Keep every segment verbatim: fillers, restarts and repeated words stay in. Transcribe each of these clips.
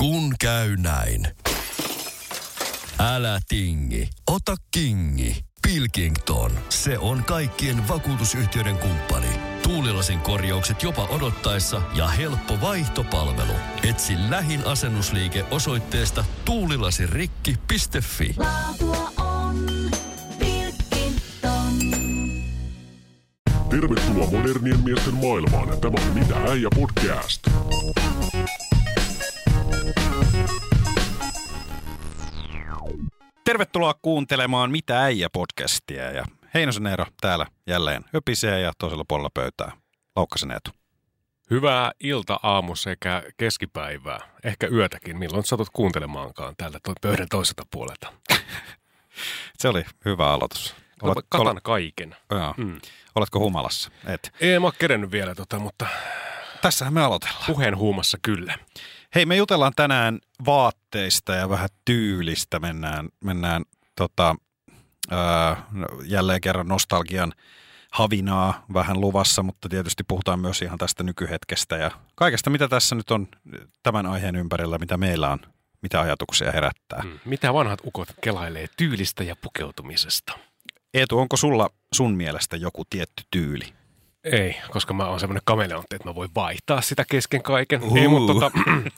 Kun käy näin. Älä tingi, ota kingi. Pilkington, se on kaikkien vakuutusyhtiöiden kumppani. Tuulilasin korjaukset jopa odottaessa ja helppo vaihtopalvelu. Etsi lähin asennusliike osoitteesta tuulilasirikki piste fi. Laatua on Pilkington. Tervetuloa modernien miesten maailmaan. Tämä on Mitä äijä podcast. Tervetuloa kuuntelemaan Mitä äijä podcastia ja Heinosen Eero täällä jälleen höpisee ja toisella puolella pöytää Laukkasen Eetu. Hyvää ilta-aamu sekä keskipäivää, ehkä yötäkin, milloin satut kuuntelemaankaan täältä pöydän toiselta puolelta. Se oli hyvä aloitus. Olet, Katan ol... kaiken. Joo. Mm. Oletko humalassa? Et. Ei mä ole kerennyt vielä, tota, mutta tässähän me aloitellaan. Puheen huumassa kyllä. Hei, me jutellaan tänään vaatteista ja vähän tyylistä. Mennään, mennään tota, ää, jälleen kerran nostalgian havinaa vähän luvassa, mutta tietysti puhutaan myös ihan tästä nykyhetkestä ja kaikesta, mitä tässä nyt on tämän aiheen ympärillä, mitä meillä on, mitä ajatuksia herättää. Mm. Mitä vanhat ukot kelailee tyylistä ja pukeutumisesta? Eetu, onko sulla sun mielestä joku tietty tyyli? Ei, koska mä oon semmoinen kameleontti, että mä voin vaihtaa sitä kesken kaiken. Uh. Ei, mutta tota,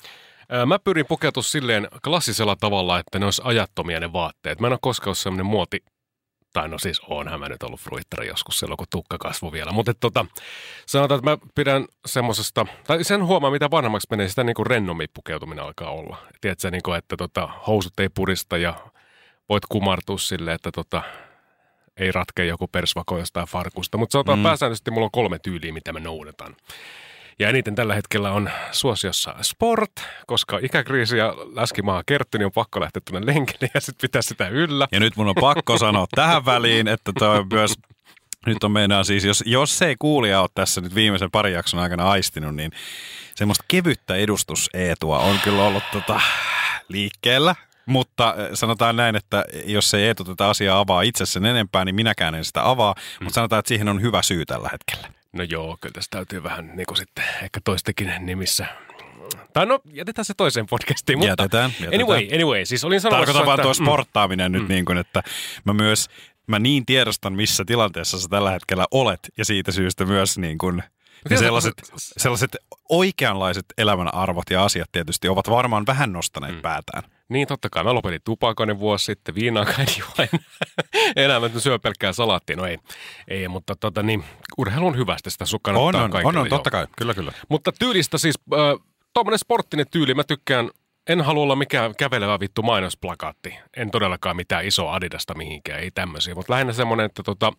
mä pyrin pukeutua silleen klassisella tavalla, että ne olisi ajattomia ne vaatteet. Mä en ole koskaan ollut semmoinen muoti, tai no siis oonhan mä nyt ollut fruittari joskus silloin, kun tukka kasvoi vielä. Mutta tota, sanotaan, että mä pidän semmosesta, tai sen huomaa, mitä vanhemmaksi menee, sitä niin kuin rennommin pukeutuminen alkaa olla. Tiedätkö, niin kuin, että tota, housut ei purista ja voit kumartua silleen, että tota, ei ratkea joku persvako jostain farkusta. Mutta sanotaan mm. pääsäännöllisesti mulla on kolme tyyliä, mitä mä noudatan. Ja eniten tällä hetkellä on suosiossa sport, koska ikäkriisi ja läskimaa kertty, niin on pakko lähteä tuonne lenkille ja sitten pitää sitä yllä. Ja nyt mun on pakko sanoa tähän väliin, että toi on myös, nyt on meinaa siis, jos, jos ei kuulija ole tässä nyt viimeisen parin jakson aikana aistinut, niin semmoista kevyttä edustuseetua on kyllä ollut tota, liikkeellä. Mutta sanotaan näin, että jos ei Eetu tätä asiaa avaa itse sen enempää, niin minäkään en sitä avaa. Mm. Mutta sanotaan, että siihen on hyvä syy tällä hetkellä. No joo, kyllä tässä täytyy vähän niin kuin sitten ehkä toistekin nimissä. Tai no, jätetään se toiseen podcastiin. Mutta jätetään, jätetään. Anyway, anyway, siis olin sanomassa, tarkoitan vaan että tuo sporttaaminen mm. nyt mm. niin kuin, että mä myös, mä niin tiedostan, missä tilanteessa sä tällä hetkellä olet. Ja siitä syystä myös niin kuin ne sellaiset, sellaiset oikeanlaiset elämän arvot ja asiat tietysti ovat varmaan vähän nostaneet mm. päätään. Niin, totta kai. Mä lopetin tupakoinnin vuosi sitten, viinaakaan en juo enää. Mä syön pelkkää salaattia. No ei, ei mutta tota, niin, urheilu on hyvästä, sitä sun kannattaa on, on, kaikille. On, on, totta kai. Kyllä, kyllä. Mutta tyylistä siis, äh, tuommoinen sporttinen tyyli, mä tykkään, en halua olla mikään kävelevä vittu mainosplakaatti. En todellakaan mitään isoa Adidasta mihinkään, ei tämmöisiä. Mutta lähinnä semmoinen, että tota,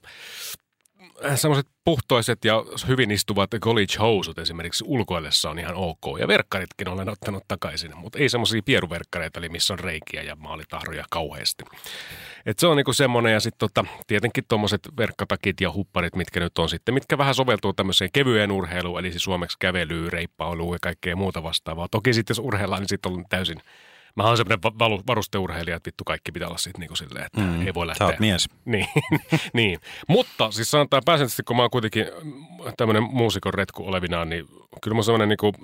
semmoiset puhtoiset ja hyvin istuvat college-housut esimerkiksi ulkoillessa on ihan ok. Ja verkkaritkin olen ottanut takaisin, mutta ei semmoisia pieruverkkareita, eli missä on reikiä ja maalitahroja kauheasti. Et se on niinku semmoinen, ja sitten tota, tietenkin tuommoiset verkkatakit ja hupparit, mitkä nyt on sitten, mitkä vähän soveltuu tämmöiseen kevyeen urheiluun, eli siis suomeksi kävelyyn, reippailuun ja kaikkea muuta vastaavaa. Toki sitten jos urheillaan, niin sitten on täysin. Mä oon semmoinen varusteurheilija, että vittu kaikki pitää olla sitten niin kuin silleen, että mm, ei voi lähteä. Sä oot mies. Niin, niin. Mutta siis sanotaan pääsääntöisesti, kun mä oon kuitenkin tämmöinen muusikon retku olevinaan, niin kyllä mä oon semmoinen niin kuin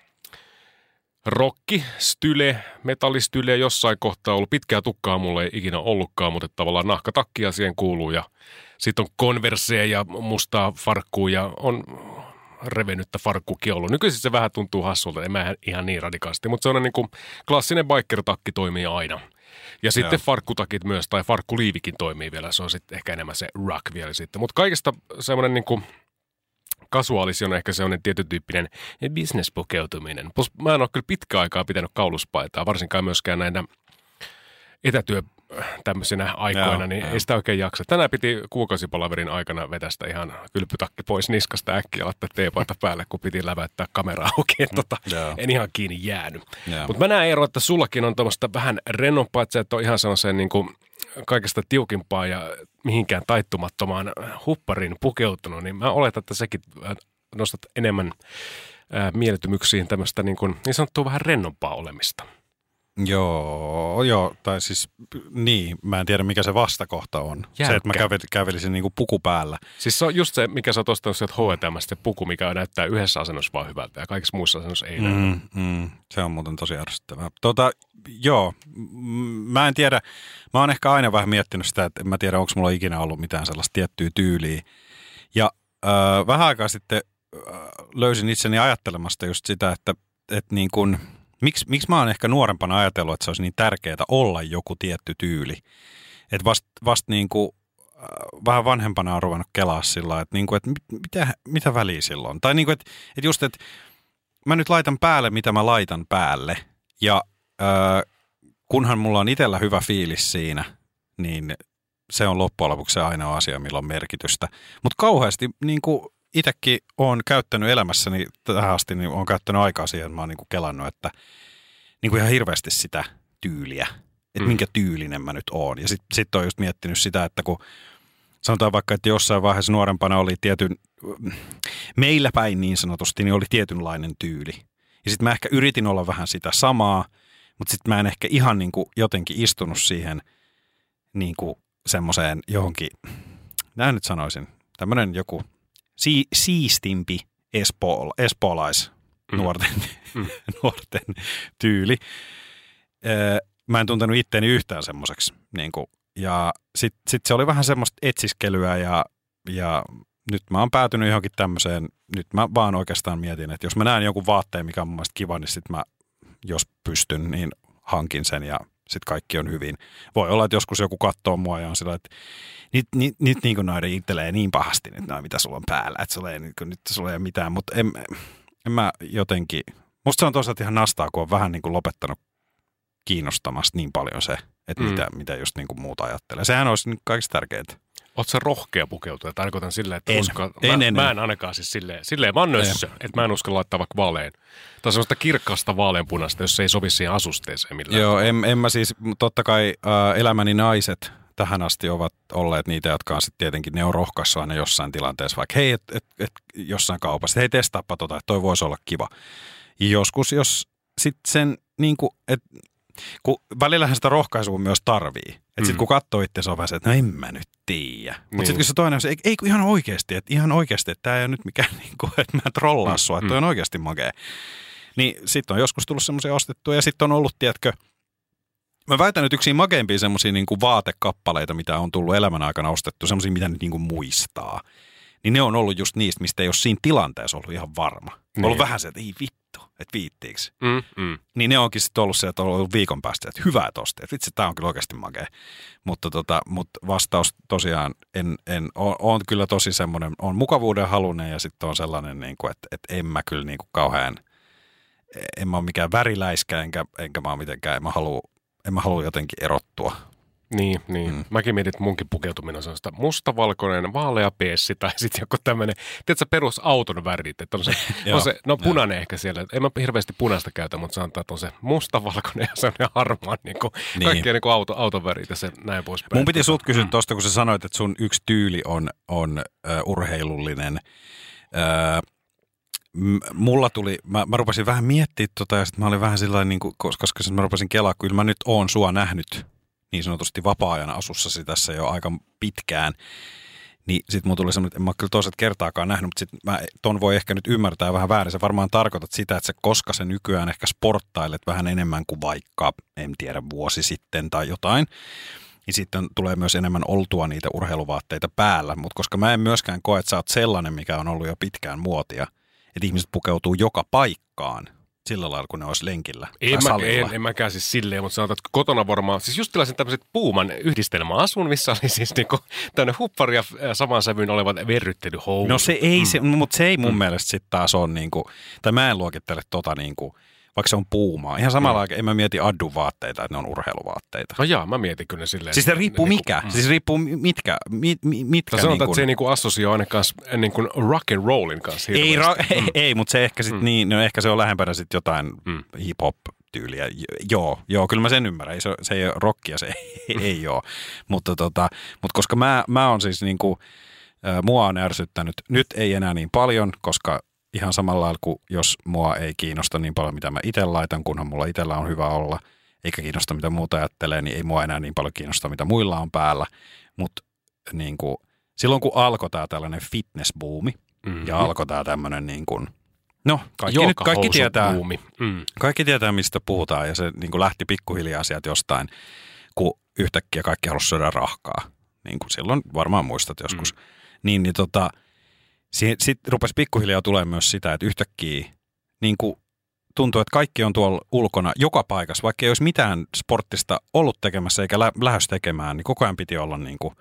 rokki, style, metallistyle jossain kohtaa ollut. Pitkää tukkaa mulla ei ikinä ollutkaan, mutta tavallaan nahkatakkia siihen kuuluu ja sitten on konverseja ja mustaa farkkuu ja on revennyttä farkkukin ollut. Nykyisin se vähän tuntuu hassulta, en mä ihan niin radikaasti, mutta se on niin kuin klassinen biker-takki toimii aina. Ja sitten Joo. farkkutakit myös, tai farkkuliivikin toimii vielä, se on sitten ehkä enemmän se rock vielä sitten. Mutta kaikesta semmoinen niin kuin kasuaalisi on ehkä semmoinen tietyn-tyyppinen business-pukeutuminen. Plus mä en ole kyllä pitkä aikaa pitänyt kauluspaitaa, varsinkaan myöskään näinä etätyö tämmöisenä aikoina, Joo, niin jo. ei sitä oikein jaksa. Tänään piti kuukausipalaverin aikana vetästä ihan kylpytakki pois niskasta äkkiä, laittaa teepaita päälle, kun piti läväyttää kamera auki. Tota, en ihan kiinni jäänyt. Mutta mä näen ero, että sullakin on tuommoista vähän rennompaa, että sä et ole ihan sellaiseen niin kuin kaikesta tiukimpaa ja mihinkään taittumattomaan hupparin pukeutunut, niin mä oletan, että säkin nostat enemmän ää, mieltymyksiin tämmöistä niin, kuin, niin sanottua vähän rennompaa olemista. Joo, joo, tai siis niin, mä en tiedä mikä se vastakohta on. Jäykkä. Se, että mä kävel, kävelisin niinku puku päällä. Siis se on just se, mikä sä oot ostanut sieltä H and M:stä, se puku, mikä näyttää yhdessä asennossa vaan hyvältä ja kaikissa muissa asennossa ei näytä. Mm, mm, se on muuten tosi ärsyttävää. Tota, joo, m- mä en tiedä, mä oon ehkä aina vähän miettinyt sitä, että en mä tiedä, onko mulla ikinä ollut mitään sellaista tiettyä tyyliä. Ja äh, vähän aikaa sitten äh, löysin itseni ajattelemasta just sitä, että, että niin kun, miksi, miksi mä oon ehkä nuorempana ajatellut, että se olisi niin tärkeää olla joku tietty tyyli. Että vasta vast niin kuin vähän vanhempana on ruvennut kelaa sillä, että, niin kuin, että mitä, mitä väliä silloin. Tai niin kuin, että, että just, että mä nyt laitan päälle, mitä mä laitan päälle. Ja äh, kunhan mulla on itsellä hyvä fiilis siinä, niin se on loppujen lopuksi se ainoa asia, millä on merkitystä. Mutta kauheasti niin kuin itsekin olen käyttänyt elämässäni tähän asti, niin olen käyttänyt aikaa siihen, että mä oon niin kuin kelannut, että niin kuin ihan hirveästi sitä tyyliä. Että mm. minkä tyylinen mä nyt oon. Ja sitten sit on just miettinyt sitä, että kun sanotaan vaikka, että jossain vaiheessa nuorempana oli tietyn, meillä päin niin sanotusti, niin oli tietynlainen tyyli. Ja sitten mä ehkä yritin olla vähän sitä samaa, mutta sitten mä en ehkä ihan niin kuin jotenkin istunut siihen niin kuin semmoiseen johonkin, mä nyt sanoisin, tämmöinen joku si- siistimpi espool- espoolais mm. nuorten, mm. nuorten tyyli. Öö, Mä en tuntenut itteeni yhtään semmoiseksi. Niin kuin, ja sitten sit se oli vähän semmoista etsiskelyä ja, ja nyt mä oon päätynyt johonkin tämmöiseen. Nyt mä vaan oikeastaan mietin, että jos mä näen jonkun vaatteen, mikä on mun mielestä kiva, niin sit mä, jos pystyn, niin hankin sen ja sit kaikki on hyvin. Voi olla, että joskus joku katsoo mua ja on sillä, että nyt, nyt, nyt niin kuin noiden ittelee niin pahasti, nyt noin mitä sulla on päällä, että sulla ei, niin kuin, nyt sulla ei ole mitään. Mutta en, en mä jotenkin, musta se on toisaalta ihan nastaa, kun on vähän niin kuin lopettanut kiinnostamasta niin paljon se, että mm. mitä, mitä just niin kuin muuta ajattelee. Sehän olisi niin kaikista tärkeintä. Oletko sä rohkea pukeutua? Tarkoitan silleen, että en. uskalla. En, mä, en, mä en. en ainakaan siis silleen, silleen mä oon nössö, että mä en uskalla laittaa vaikka vaalean. Tai semmoista kirkkaasta vaaleanpunaista, jos se ei sovi siihen asusteeseen millään. Joo, en, en mä siis, totta kai äh, elämäni naiset tähän asti ovat olleet niitä, jotka on sitten tietenkin, ne on rohkaissut aina jossain tilanteessa, vaikka hei, et, et, et, jossain kaupassa, hei testaappa tota, että toi voisi olla kiva. Ja joskus, jos sitten sen niin kuin, että kun välillähän sitä rohkaisua myös tarvii. Että mm. sitten kun katsoo itse, se on vähän se, että no en mä nyt tiedä. Mutta niin. sitten kun se toinen on se, ei, ei kun ihan oikeasti, että ihan oikeasti, että tämä ei ole nyt mikään, niin kuin, että mä trollaa mm. sua, että toi on oikeasti makea. Niin sitten on joskus tullut semmoisia ostettuja ja sitten on ollut, tiedätkö, mä väitän, että yksi makeimpia semmoisia niin kuin vaatekappaleita, mitä on tullut elämän aikana ostettu, semmoisia, mitä nyt niin kuin muistaa. Niin ne on ollut just niistä, mistä ei ole siinä tilanteessa ollut ihan varma. Niin. Ollut vähän se, että ei vittu, että viittiinkö. Mm, mm. Niin ne onkin sitten ollut se, että on ollut viikon päästä, että hyvä tosti, että vitsi, tämä on kyllä oikeasti makea. Mutta tota, mut vastaus tosiaan, en, en, on, on kyllä tosi semmoinen, on mukavuuden halunen ja sitten on sellainen, niin kuin, että, että en mä kyllä niin kuin kauhean, en mä ole mikään väriläiskä, enkä, enkä mä ole mitenkään, en mä halua, en mä halua jotenkin erottua. Niin, niin. Mm. Mäkin mietin, että munkin pukeutuminen on sellaista mustavalkoinen, vaalea peessi tai sitten joku tämmöinen, tiedätkö, perusauton värit, että on se, on se no punainen ehkä siellä. En mä hirveästi punaista käytä, mutta sanotaan, että on se mustavalkoinen ja sellainen harmaa, niin kuin niin. kaikkia niin kuin auto, auton värit ja se näin poispäin. Mun piti sut kysyä mm. tuosta, kun sä sanoit, että sun yksi tyyli on, on uh, urheilullinen. Uh, Mulla tuli, mä, mä rupesin vähän miettimään tota ja sitten mä olin vähän sillain, niin kuin, koska mä rupesin kelaa, kyllä mä nyt oon sua nähnyt niin sanotusti vapaa-ajan asussasi tässä jo aika pitkään, niin sitten mun tuli semmoinen, että en mä ole kyllä toiset kertaakaan nähnyt, mutta sitten mä ton voi ehkä nyt ymmärtää vähän väärin. Sä varmaan tarkoitat sitä, että sä koska sä nykyään ehkä sporttailet vähän enemmän kuin vaikka, en tiedä, vuosi sitten tai jotain, niin sitten tulee myös enemmän oltua niitä urheiluvaatteita päällä, mutta koska mä en myöskään koe, että sä oot sellainen, mikä on ollut jo pitkään muotia, että ihmiset pukeutuu joka paikkaan sillä lailla, kun ne olisi lenkillä en tai mä, salilla. En, en mäkään siis silleen, mutta sanotaan, että kotona varmaan, siis just tilasin tämmöiset Puuman yhdistelmäasun, missä oli siis niinku tämmöinen huppari ja saman sävyyn olevat verryttelyhousut. No se ei, mm. se, mutta se ei mun mm. mielestä sitten taas on niinku, tai mä en luokittele tota niinku, vaikka se on Puumaa. Ihan samalla mm. aikaa en mä mieti Addun vaatteita, että ne on urheiluvaatteita. No jaa, mä mietin kyllä silleen. Siis se riippuu niin mikä? Mm. Siis riippuu mitkä? Mi, mi, mitkä sanotaan, niin kun... että se ei niinku assosioi ainakaan niin kuin rock and rollin kanssa ei, ra- mm. ei, mutta se ehkä sit mm. niin, no ehkä se on lähempänä sit jotain mm. hip-hop-tyyliä. Joo, joo, kyllä mä sen ymmärrän. Ei, se, se ei ole rockia, se ei, ei ole. Mutta tota, mut koska mä, mä oon siis niinku, äh, mua on ärsyttänyt, nyt ei enää niin paljon, koska ihan samalla lailla kuin jos mua ei kiinnosta niin paljon, mitä mä itse laitan, kunhan mulla itsellä on hyvä olla, eikä kiinnosta mitä muuta ajattelee, niin ei mua enää niin paljon kiinnosta mitä muilla on päällä. Mutta niin kuin, silloin kun alkoi tämä tällainen fitnessbuumi mm-hmm. ja alkoi tämä tämmöinen niin kuin, no kaikki, nyt, kaikki, tietää, mm. kaikki tietää mistä puhutaan ja se niin kuin lähti pikkuhiljaa sieltä jostain, kun yhtäkkiä kaikki halusi syödä rahkaa. Niin kuin silloin varmaan muistat joskus. Mm. Niin, niin tota, sitten rupesi pikkuhiljaa tulemaan myös sitä, että yhtäkkiä niin kuin tuntuu, että kaikki on tuolla ulkona joka paikassa, vaikka ei olisi mitään sporttista ollut tekemässä eikä lä- lähes tekemään, niin koko ajan piti olla niin kuin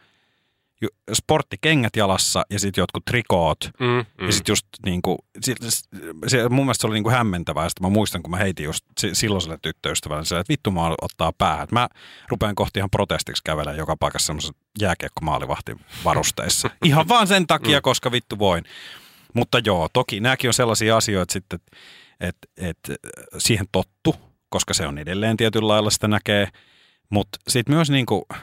sporttikengät jalassa ja sitten jotkut trikoot. Mm, mm. Ja sitten just niin kuin, se, se, mun mielestä se oli niin kuin hämmentävää. Sitten mä muistan, kun mä heitin just silloiselle tyttöystävälle, että vittu mä ottaa päähän. Mä rupean kohti ihan protestiksi kävelemään joka paikassa semmoisessa jääkiekko-maalivahtin varusteissa. Ihan vaan sen takia, mm. koska vittu voin. Mutta joo, toki nämäkin on sellaisia asioita sitten, että et, et, siihen tottu, koska se on edelleen tietyllä lailla sitä näkee. Mutta sitten myös niin kuin,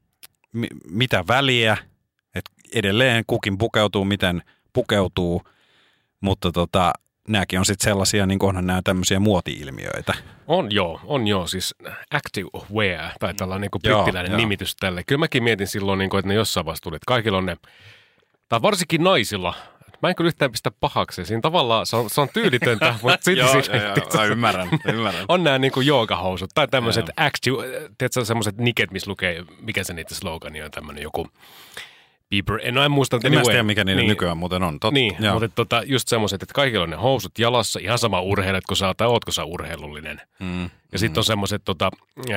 mi, mitä väliä, että edelleen kukin pukeutuu, miten pukeutuu, mutta tota, nämäkin on sitten sellaisia, niin onhan nämä tämmöisiä muoti-ilmiöitä. On joo, on joo, siis active wear, tai tällainen niin brittiläinen nimitys tälle. Kyllä mäkin mietin silloin, niin kuin, että ne jossain vaiheessa tuli, että kaikilla on ne, tai varsinkin naisilla, mä en kyllä yhtään pistä pahaksi. Siinä tavallaan se on, se on tyylitöntä, mutta sitten joo, siinä, joo, joo, ymmärrän, ymmärrän. On nämä niin kuin joogahousut tai tämmöiset active, tiedätkö semmoiset niket, missä lukee, mikä se niiden slogani on, tämmöinen joku Bieber, en, no en muista. En anyway. Tiedä, mikä niiden niin, nykyään muuten on. Tot, niin, joo. Mutta tota, just semmoiset, että kaikilla on ne housut jalassa, ihan sama urheilet, kun sä oot, tai ootko sä urheilullinen. Mm, ja mm. sitten on semmoiset tota,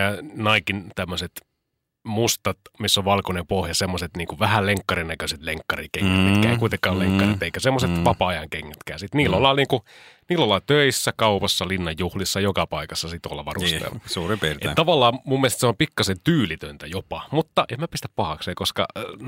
Naikin tämmöiset mustat, missä on valkoinen pohja, semmoiset niinku vähän lenkkarin näköiset lenkkarikengät, mm, mitkä ei kuitenkaan mm, lenkkarit, eikä semmoiset mm. vapaa-ajan kengätkään. Sitten niillä, mm. ollaan niinku, niillä ollaan töissä, kaupassa, linnan juhlissa, joka paikassa sit olla varusteella. Niin, suurin piirtein. Et tavallaan mun mielestä se on pikkasen tyylitöntä jopa, mutta en mä pistä pahakseen, koska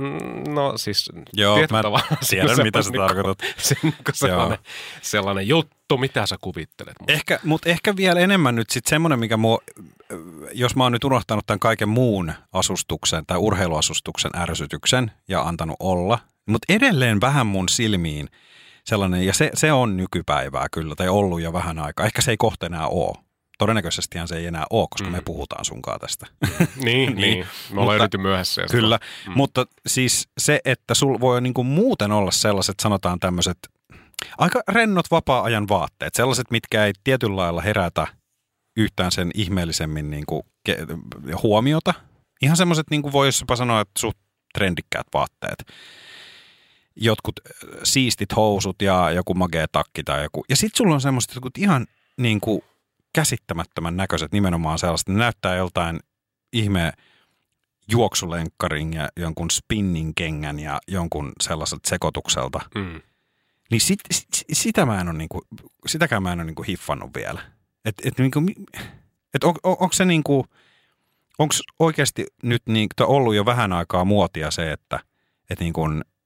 no siis joo, mä tiedän mitä sä niinku, tarkoitat. Se on niinku sellainen, sellainen juttu, mitä sä kuvittelet. Ehkä, mutta ehkä vielä enemmän nyt sitten semmoinen, mikä mua, jos mä oon nyt unohtanut tämän kaiken muun asustuksen tai urheiluasustuksen ärsytyksen ja antanut olla, mutta edelleen vähän mun silmiin sellainen, ja se, se on nykypäivää kyllä, tai ollut jo vähän aikaa. Ehkä se ei kohta enää ole. Todennäköisestihan se ei enää ole, koska mm. me puhutaan sunkaan tästä. niin, niin. Me ollaan nyt myöhässä. Kyllä, mm. mutta siis se, että sul voi niinku muuten olla sellaiset, sanotaan tämmöiset, aika rennot vapaa-ajan vaatteet, sellaiset, mitkä ei tietyllä lailla herätä yhtään sen ihmeellisemmin niinku ke- huomiota. Ihan semmoiset, niin kuin voisi jopa sanoa, että suht trendikkäät vaatteet. Jotkut siistit housut ja joku magea takki tai joku. Ja sitten sulla on semmoiset jotkut ihan niin kuin käsittämättömän näköiset, nimenomaan sellaiset. Ne näyttää joltain ihme juoksulenkkarin ja jonkun spinning-kengän ja jonkun sellaiselta sekoitukselta. Mm. Niin sit, sit, sitä mä en ole niinku, sitäkään mä en ole niinku hiffannut vielä. Että et niinku, et on, on, onko se niinku, onko oikeasti nyt niinku, ollut jo vähän aikaa muotia se, että et niinku,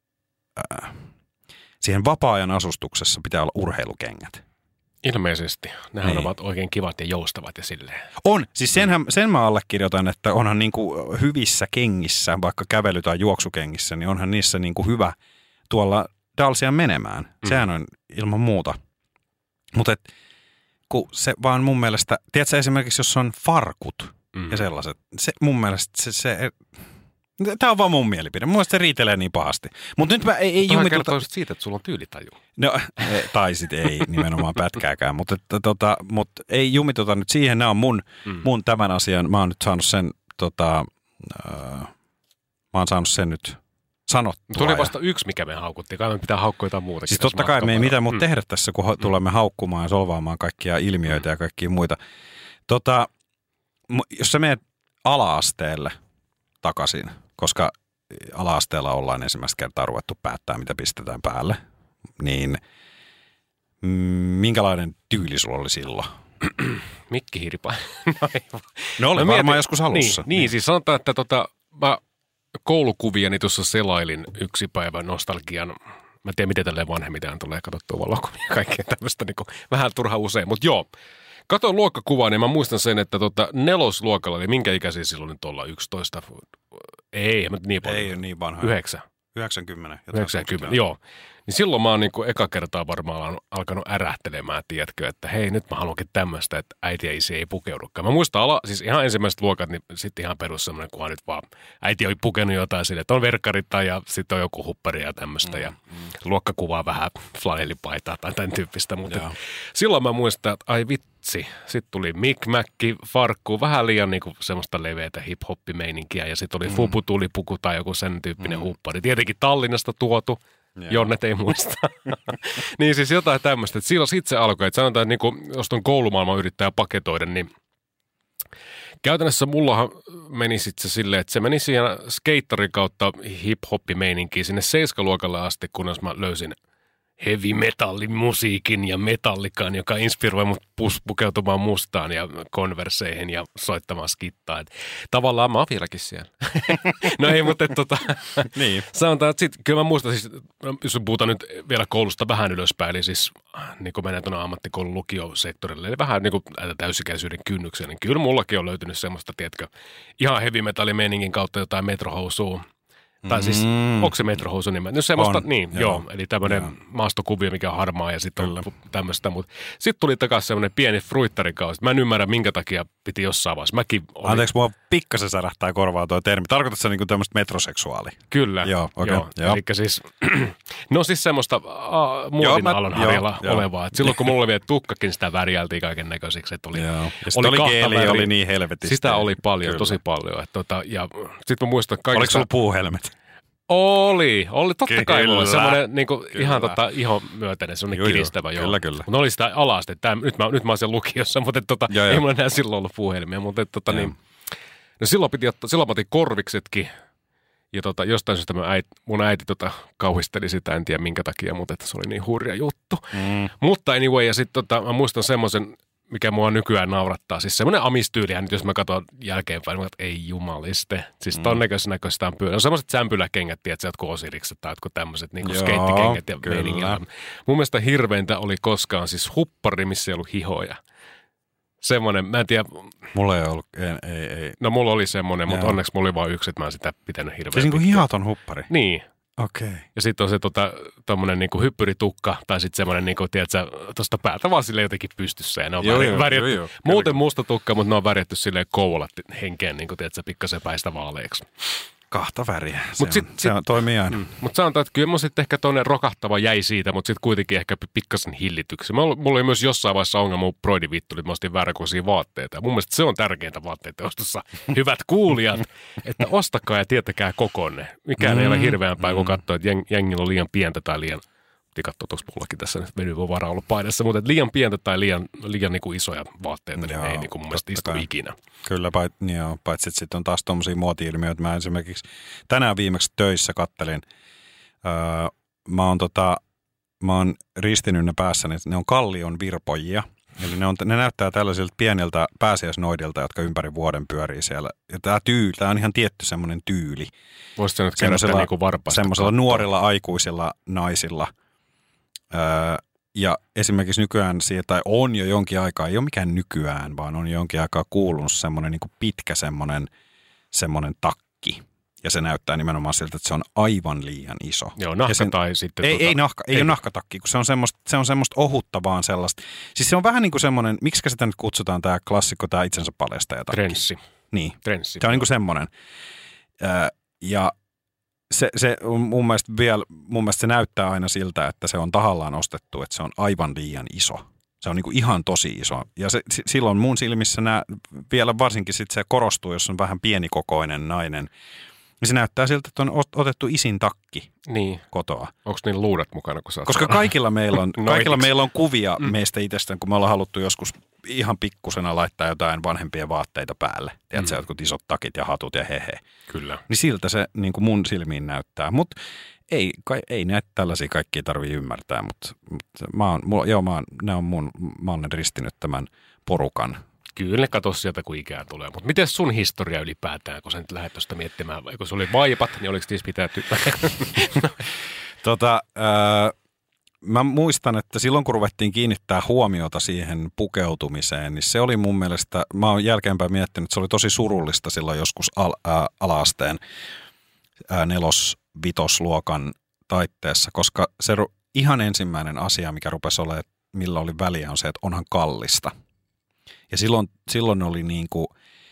äh, siihen vapaa-ajan asustuksessa pitää olla urheilukengät? Ilmeisesti. Nehän niin. ovat oikein kivat ja joustavat ja silleen. On. Siis senhän, sen mä allekirjoitan, että onhan niinku hyvissä kengissä, vaikka kävely- tai juoksukengissä, niin onhan niissä niinku hyvä tuolla dalsia menemään. Mm. Sehän on ilman muuta. Mutta kun se vaan mun mielestä, tiedätkö esimerkiksi, jos on farkut mm. ja sellaiset, se mun mielestä se, se tämä on vaan mun mielipide. Mun mielestä se riitelee niin pahasti. Mutta nyt mä ei, ei jumituta. Kertoo siitä, että sulla on tyylitaju. No, tai sit ei nimenomaan pätkääkään, mutta, tota, mutta ei jumituta nyt siihen. Nämä on mun, mm. mun tämän asian. Mä oon nyt saanut sen, tota, äh, mä oon saanut sen nyt sanottua. Tuli vasta yksi, mikä me haukuttiin. Kai me pitää haukkoa jotain muutakin. Siis totta kai me ei mitään muuta mm. tehdä tässä, kun mm. tulemme haukkumaan ja solvaamaan kaikkia ilmiöitä mm. ja kaikkia muita. Tota, jos sä menet ala-asteelle takaisin, koska ala-asteella ollaan ensimmäistä kertaa ruvettu päättää, mitä pistetään päälle, niin minkälainen tyyli sulla oli silloin? Mikki Hirpa. No oli no, varmaan mietin, joskus alussa. Niin, niin. niin siis sanotaan, että tota, mä koulukuviani tuossa selailin yksi päivä nostalgian. Mä en tiedä, miten tälleen vanhemmiten tulee katsottua valokuvia ja kaikkea tämmöistä niin kuin, vähän turha usein, mutta joo. Katoin luokkakuvaa, niin mä muistan sen, että tota, nelosluokalla, eli minkä ikäisiä silloin nyt ollaan? yksitoista? Ei, mutta niin paljon. Ei ole niin vanha. Yhdeksän. yhdeksänkymmentä. yhdeksänkymmentä, joo. Niin silloin mä oon niin kuin eka kertaa varmaan alkanut ärähtelemään, tiedätkö, että hei, nyt mä haluankin tämmöistä, että äiti ja isi ei pukeudukaan. Mä muistan ala, siis ihan ensimmäiset luokat, niin sitten ihan perus semmoinen, kunhan nyt vaan äiti oli pukenut jotain sille, että on verkkarit ja sitten on joku huppari ja tämmöistä. Mm, ja mm. luokka kuvaa vähän flanellipaitaa tai tämän tyyppistä. Mutta silloin mä muistan, että ai vitsi, sitten tuli mikmäkki, farkku, vähän liian niin kuin semmoista leveätä hip-hoppimeininkiä ja sitten oli mm. fuputulipuku tai joku sen tyyppinen mm. huppari. Tietenkin Tallinnasta tuotu. Yeah. Jonnet ei muista. Niin siis jotain tämmöistä. Silloin sitten se alkoi. Että sanotaan, että niin kuin, jos tuon koulumaailma yrittää paketoida, niin käytännössä mullahan meni sitten se silleen, että se meni siinä skeittarin kautta hip-hoppimeininkiin sinne seiskaluokalle asti, kunnes mä löysin heavy metallin musiikin ja metallikan, joka inspiroi mut pukeutumaan mustaan ja konverseihin ja soittamaan skittaa. Et tavallaan mä oon vieläkin siellä. No ei, mutta tota, niin. Sanotaan, että sit, kyllä mä muistan, siis, jos puhutaan nyt vielä koulusta vähän ylöspäin, eli siis niin kun menen tuonne ammattikoulun lukiosektorille, eli vähän niin kuin täysikäisyyden kynnykseen, niin kyllä mullakin on löytynyt semmoista, tiedätkö, ihan heavy metallin kautta jotain metrohousua. Tai siis, mm. onko se metrohousu nimen? No semmoista, on, niin, joo. joo. Eli tämmöinen maastokuvio, mikä on harmaa ja sitten on tämmöistä. Sitten tuli takaisin semmoinen pieni fruittarikausi. Mä en ymmärrä, minkä takia piti jossain vaiheessa. Mäkin olin... Anteeksi, mua pikkasen särähtää korvaa tuo termi. Tarkoitatko se niinku tämmöistä metroseksuaali? Kyllä. Joo, okei. Okay, joo. Eli siis, no siis semmoista uh, muodin aallonharjalla olevaa. Et silloin kun mulla oli vielä tukkakin, sitä värjältiin kaiken näköisiksi. Että oli, ja sitten oli, oli geeli, oli niin helvetistä. Sitä oli paljon, kyllä. Tosi paljon. Et tota, ja sitten mä muistan kaikista... Oliko sulla puuhelmet? Oli, oli totta kyllä, kai mulla semmoinen niinku, ihan tota, ihon myötäinen, semmoinen kiristävä. Joo. Kyllä, kyllä. Mutta oli sitä alasta, että tämän, nyt, mä, nyt mä oon siellä lukiossa, mutta tota, joo, ei joo. mulla enää silloin ollut puuhelmia. Mutta tota, niin, no silloin piti ottaa, silloin mä otin korviksetkin. Ja tota, jostain syystä mun äiti, mun äiti tota, kauhisteli sitä, en tiedä minkä takia, mutta että se oli niin hurja juttu. Mm. Mutta anyway, ja sitten tota, mä muistan semmoisen, mikä mua nykyään naurattaa. Siis semmoinen amistyylihän, nyt jos mä katson jälkeenpäin, että ei jumaliste. Siis ton näköistä näköistä on pyörä. No semmoiset sämpyläkengät, tiedät sä, jotkut osirikset tai jotkut tämmöiset niin skeittikengät ja meiningillä. Mun mielestä hirveintä oli koskaan siis huppari, missä ei ollut hihoja. Semmoinen, mä en tiedä. Mulla ei ollut, ei, ei. ei. No mulla oli semmoinen, mutta onneksi mulla oli vain yksi, että mä en sitä pitänyt hirveän. Siis niin kuin hihaton huppari? Niin. Okei. Okay. Ja sitten on se tota, tommonen niinku hyppyritukka, tai sitten semmoinen, niinku, tiedätkö, tuosta päältä vaan silleen jotenkin pystyssä. Ja ne on joo, värjätty, joo, värjätty joo, joo. Muuten musta tukka, mutta ne on värjätty silleen koulat henkeen, niinku, tiedätkö, pikkasen päistä vaaleiksi. Kahta väriä. Se, mut sit, on, se on, toimii aina. Mm. Mutta sanotaan, että kyllä mun sitten ehkä tuonne rokahtava jäi siitä, mutta sitten kuitenkin ehkä pikkasen hillityksi. Mulla oli myös jossain vaiheessa ongelma, mun broidi vittuli, että mä ostin vääräkoisia vaatteita. Mun mielestä se on tärkeintä vaatteiden ostossa. Hyvät kuulijat, että ostakaa ja tietäkää kokonne. Mikään mm. ei ole hirveämpää, mm. kun katsoo, että jeng, jengillä on liian pientä tai liian... Katso, tuossa mullakin tässä nyt venyvä vara ollut painessa, mutta liian pientä tai liian, liian niin kuin isoja vaatteita, niin ei niin kuin mun mielestä istu ikinä. Kyllä, pait, joo, paitsi että sitten on taas tuommoisia muoti-ilmiöitä. Mä esimerkiksi tänään viimeksi töissä kattelin, öö, mä oon tota, mä oon ristinyt päässäni, ne on kallion virpojia. Eli ne, on, ne näyttää tällaisilta pieniltä pääsiäisnoidilta, jotka ympäri vuoden pyörii siellä. Ja tämä tyyli, tämä on ihan tietty semmoinen tyyli. Voisitko nyt kerrottaa niin kuin varpaista? Semmoisella nuorilla aikuisilla naisilla. Öö, ja esimerkiksi nykyään siitä, tai on jo jonkin aikaa, ei ole mikään nykyään, vaan on jonkin aikaa kuulunut semmoinen niin kuin pitkä semmoinen, semmoinen takki. Ja se näyttää nimenomaan siltä, että se on aivan liian iso. Joo, nahka sen, tai sitten... Ei, tuota, ei, nahka, ei, ei ole nahkatakki, kun se on, semmoista, se on semmoista ohutta vaan sellaista. Siis se on vähän niin kuin semmoinen, miksi sitä nyt kutsutaan tämä klassikko, tämä itsensä paljastajatakki? Trenssi. Niin, Trenssi. Se on niin kuin semmoinen. Öö, ja... Se, se mun mielestä vielä, mun mielestä se näyttää aina siltä, että se on tahallaan ostettu, että se on aivan liian iso. Se on niin kuin ihan tosi iso. Ja se, silloin mun silmissä nämä, vielä varsinkin sit se korostuu, jos on vähän pienikokoinen nainen. Niin se näyttää siltä, että on otettu isin takki niin. kotoa. Onko niin luudat mukana, kun sä Koska kaikilla meillä on, kaikilla meillä on kuvia mm. meistä itsestään, kun me ollaan haluttu joskus ihan pikkusena laittaa jotain vanhempien vaatteita päälle. Tiedätkö, mm. jotkut isot takit ja hatut ja hehe. Kyllä. Niin siltä se niin kuin mun silmiin näyttää. Mutta ei, kai, ei näitä tällaisia kaikkia tarvitse ymmärtää. Mutta mut mä oon, mulla, joo, mä oon, ne on mun, mä oon ristinyt tämän porukan. Kyllä, kato sieltä, kun ikää tulee. Mutta miten sun historia ylipäätään, kun sä nyt lähdet tuosta miettimään? Kun se oli vaipat, niin oliko siis pitää tyttää? tota, äh, mä muistan, että silloin kun ruvettiin kiinnittää huomiota siihen pukeutumiseen, niin se oli mun mielestä, mä oon jälkeenpäin miettinyt, että se oli tosi surullista silloin joskus al, äh, ala-asteen äh, nelos, vitosluokan taitteessa, koska se ru- ihan ensimmäinen asia, mikä rupesi olemaan, millä oli väliä, on se, että onhan kallista. Ja silloin, silloin oli niin kuin,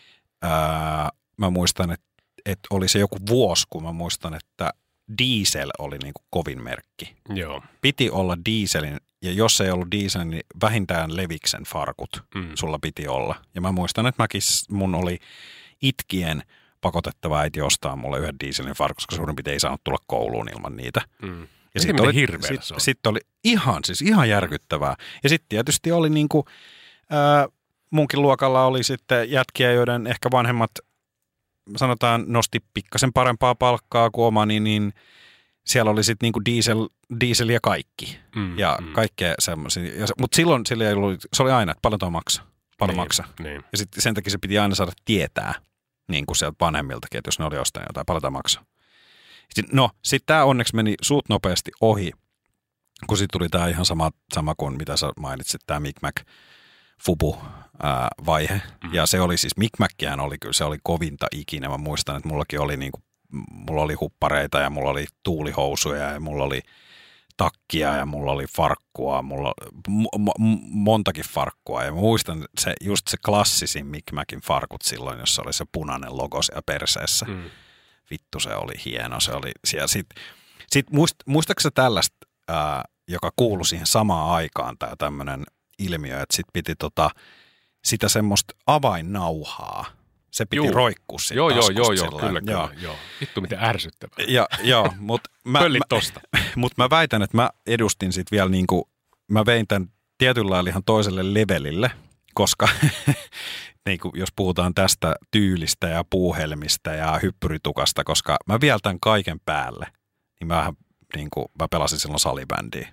ää, mä muistan, että, että oli se joku vuosi, kun mä muistan, että diesel oli niin kuin kovin merkki. Joo. Piti olla dieselin, ja jos ei ollut dieselin, niin vähintään Leviksen farkut Mm. sulla piti olla. Ja mä muistan, että mäkin, mun oli itkien pakotettava äiti ostaa mulle yhden dieselin farkut, koska suurin piirtein ei saanut tulla kouluun ilman niitä. Mm. Ja sitten sitten oli, hirveä sit, se on. sit oli ihan, siis ihan järkyttävää. Ja sitten tietysti oli niinku, ää, munkin luokalla oli sitten jätkiä, joiden ehkä vanhemmat, sanotaan, nosti pikkasen parempaa palkkaa kuin omani, niin siellä oli sitten niinku diesel, diesel ja kaikki. Mm, ja mm. kaikkea semmoisia. Mutta silloin sillä ei ollut, se oli aina, että paljon tuo maksaa. Paljon niin, maksaa. Niin. Ja sitten sen takia se piti aina saada tietää, niin kuin sieltä vanhemmiltakin, että jos ne oli ostanut jotain, paljon tämä maksaa. Sitten, no, sitten tämä onneksi meni suut nopeasti ohi, kun sitten tuli tämä ihan sama, sama kuin mitä sä mainitsit, tämä Mic Mac Fubu ää, vaihe. Mm-hmm. Ja se oli siis, Mic Macihän oli kyllä, se oli kovinta ikinä. Mä muistan, että mullakin oli niinku, mulla oli huppareita ja mulla oli tuulihousuja ja mulla oli takkia ja mulla oli farkkua, mulla m- m- montakin farkkua. Ja mä muistan se, just se klassisin Mic Macin farkut silloin, jossa oli se punainen logo siellä perseessä. Mm. Vittu, se oli hieno. Se oli siellä. Sitten sit muist, muistaaksä tällaista, ää, joka kuului siihen samaan aikaan, tämä tämmöinen ilmiö, että sit piti tota, sitä semmoista avainnauhaa. Se piti Juu. roikkua siitä Joo, joo, taskusta joo, joo, sillä kyllä, lailla. kyllä, joo. Vittu, miten ärsyttävää. Ja, joo, mutta mä, Pöllit mä, tosta. mut mä väitän, että mä edustin sit vielä niinku, mä vein tämän tietyllä lailla ihan toiselle levelille, koska niinku, jos puhutaan tästä tyylistä ja puuhelmistä ja hyppyritukasta, koska mä vielä tämän kaiken päälle, niin mä, niinku, mä pelasin silloin salibändiä.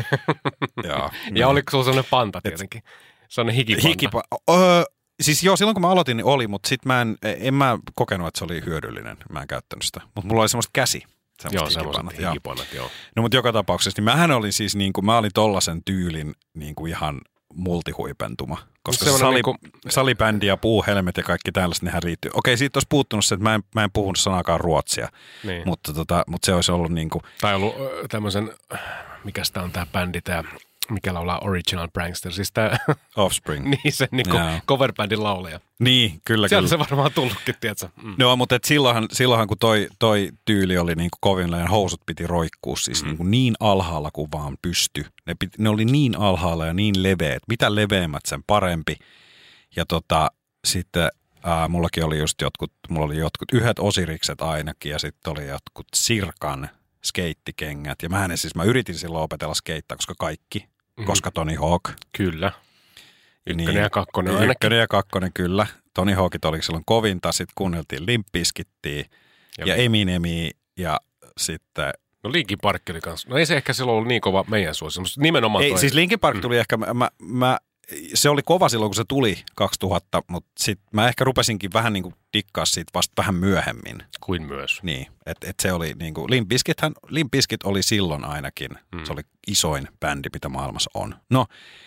ja, Ja oliko sulla sellainen panta tietenkin? Sellainen hikipanta. Hikipa, öö, siis joo, silloin kun mä aloitin, niin oli, mutta sit mä en, en mä kokenut, että se oli hyödyllinen. Mä en käyttänyt sitä. Mutta mulla oli semmoista käsi. Joo, semmoiset hikipannat, joo. No mutta joka tapauksessa, niin mähän olin siis niin kuin, mä olin tollasen tyylin niin kuin ihan multihuipentuma. Koska se sali, niinku, salibändi ja puuhelmet ja kaikki tällaiset, nehän riittyy. Okei, siitä olisi puuttunut se, että mä en, mä en puhunut sanakaan ruotsia, niin. mutta, tota, mutta se olisi ollut niin kuin... Tai ollut tämmöisen, mikä sitä on tämä bändi, tämä, mikä laulaa Original Prankster, siis tämä... Offspring. niin, se niinku coverbändin laulaja. Niin, kyllä, Sieltä kyllä. se varmaan tullutkin, tiedätkö? Mm. No, mutta et silloinhan, silloinhan, kun toi, toi tyyli oli niin kuin kovin, ja housut piti roikkua siis mm. niin, kuin niin alhaalla kuin vaan pysty. Ne, piti, ne oli niin alhaalla ja niin leveät. Mitä leveämmät, sen parempi. Ja tota, sitten ää, mullakin oli just jotkut, mulla oli jotkut yhdet osirikset ainakin, ja sitten oli jotkut Sirkan skeittikengät. Ja mä en siis, mä yritin silloin opetella skeittaa, koska kaikki, mm-hmm. koska Tony Hawk. Kyllä. Ykkönen niin, ja kakkonen ainakin. Ykkönen ja kakkonen, kyllä. Tony Hawkit oli silloin kovinta, sitten kuunneltiin Limp Bizkittiä ja, ja Eminemiä ja sitten... No Linkin Park oli kanssa. No ei se ehkä silloin ollut niin kova meidän suosi, mutta nimenomaan ei, toi... siis Linkin Park tuli mm. ehkä, mä, mä, se oli kova silloin, kun se tuli kaksituhatta, mutta sitten mä ehkä rupesinkin vähän niin kuin dikkaa siitä vasta vähän myöhemmin. Kuin myös. Niin, että et se oli niin kuin, Limp Bizkithän, Limp Bizkit oli silloin ainakin, mm. se oli isoin bändi, mitä maailmassa on. No,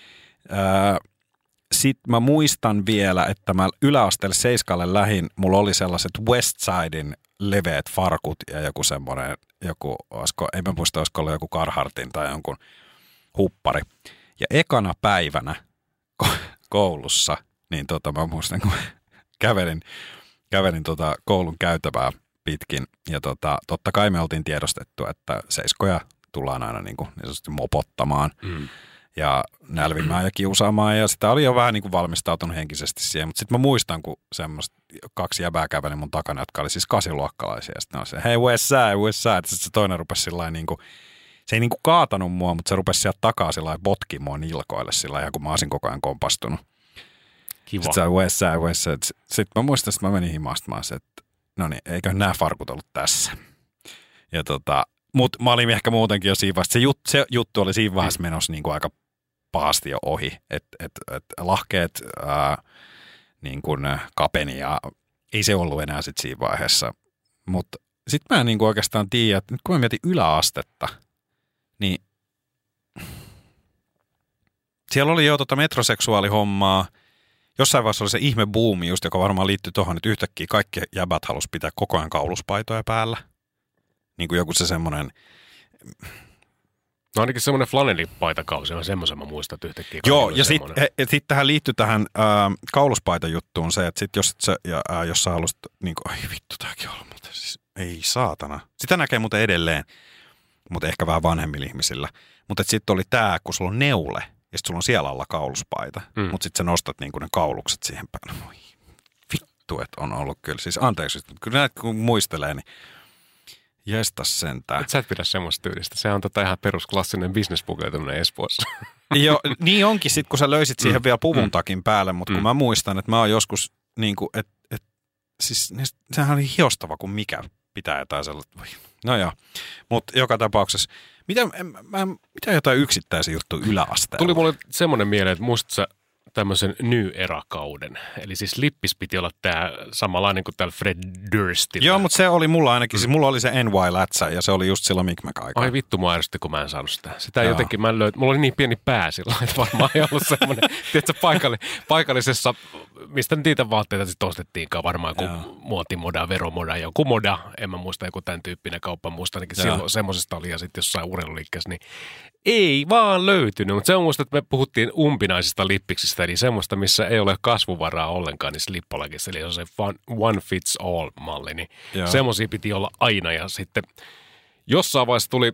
ää, sitten mä muistan vielä, että mä yläasteelle Seiskalle lähin, mulla oli sellaiset Westsidein leveät farkut ja joku semmoinen, joku, olisiko, en mä muista, olisiko ollut joku Carhartin tai jonkun huppari. Ja ekana päivänä koulussa, niin tota mä muistan, kun kävelin, kävelin tota koulun käytävää pitkin ja tota, totta kai me oltiin tiedostettu, että seiskoja tullaan aina niin, kuin, niin sanotusti mopottamaan. Mm. Ja nälvimään ja kiusaamaan, ja sitä oli jo vähän niin kuin valmistautunut henkisesti siihen. Mutta sitten mä muistan, kun semmoista kaksi jäbää käveli mun takana, jotka oli siis kasiluokkalaisia. Ja sitten ne oli se, hei West Side, West Side. Sitten se toinen rupesi sillä niin kuin, se ei niin kuin kaatanut mua, mutta se rupesi sieltä takaa sillä botki mua nilkoille sillä ihan kun mä olisin koko ajan kompastunut. Kiva. Sitten se West Side, West Side. Sitten mä muistan, että mä menin himastamaan se, että no niin, eiköhän nämä farkut ollut tässä. Ja tota... Mutta mä olin ehkä muutenkin jo siinä vaiheessa. Se, jut, se juttu oli siinä vaiheessa menossa niin kuin aika pahasti jo ohi. Että et, et lahkeet ää, niin kuin kapeni ja ei se ollut enää sit siinä vaiheessa. Mutta sitten mä en niin kuin oikeastaan tiedä, että nyt kun mä mietin yläastetta, niin siellä oli jo tota metroseksuaalihommaa. Jossain vaiheessa oli se ihme buumi just, joka varmaan liittyi tuohon, että yhtäkkiä kaikki jäbät halusi pitää koko ajan kauluspaitoja päällä. niin kuin joku se semmoinen... No ainakin semmoinen flanellipaitakausi on semmoisen, mä muistan, että yhtäkkiä. Joo, ja sitten sit tähän liittyy tähän ää, kauluspaitajuttuun se, että sit jos, sä, ja, ää, jos sä haluaisit, niin kuin, ai vittu, tääkin on muuten, siis, ei saatana. Sitä näkee muuten edelleen, mutta ehkä vähän vanhemmilla ihmisillä. Mutta sitten oli tää, kun sulla on neule, ja sitten sulla on siellä alla kauluspaita, mm. mutta sitten sä nostat niin kuin ne kaulukset siihen päälle. Oi vittu, että on ollut kyllä. Siis anteeksi, kyllä näitä kun muistelee, niin jestas sentään. Et sä et pidä semmoista tyylistä. Se on tota ihan perusklassinen bisnespukeutuminen Espoossa. Joo, niin onkin sit, kun sä löysit siihen mm. vielä puvun takin päälle, mutta mm. kun mä muistan, että mä oon joskus, niin kuin, että et, siis sehän oli hiostava kuin mikä pitää jotain sellaista. No joo, mutta joka tapauksessa, mitä, mä, mitä jotain yksittäisiä juttuja yläasteella? Tuli mulle semmoinen mieleen, että muistatko sä tämmöisen New Era-kauden. Eli siis lippis piti olla tämä samanlainen kuin täällä Fred Durstilla. Joo, mutta se oli mulla ainakin. Mm. Siis mulla oli se N Y-lätsä ja se oli just silloin Mic-Mac-aikaa. Ai vittu, mä ärsytti, kun mä en saanut sitä. Sitä Joo. jotenkin mä en löyt... Mulla oli niin pieni pää silloin, että varmaan ei ollut semmoinen, tiedätkö, paikalli, paikallisessa, mistä niitä vaatteita sitten ostettiinkaan, varmaan joku muotimoda, veromoda, joku moda, en mä muista, joku tämän tyyppinen kauppa, muista ainakin Joo. silloin semmoisesta oli ja sitten jossain urheiluliikkeessä, niin ei vaan löytynyt, mutta se on muista, että me puhuttiin umpinaisista lippiksistä, eli semmoista, missä ei ole kasvuvaraa ollenkaan niissä lippalakissa, eli on se one fits all malli, niin semmoisia piti olla aina, ja sitten jossain vaiheessa tuli,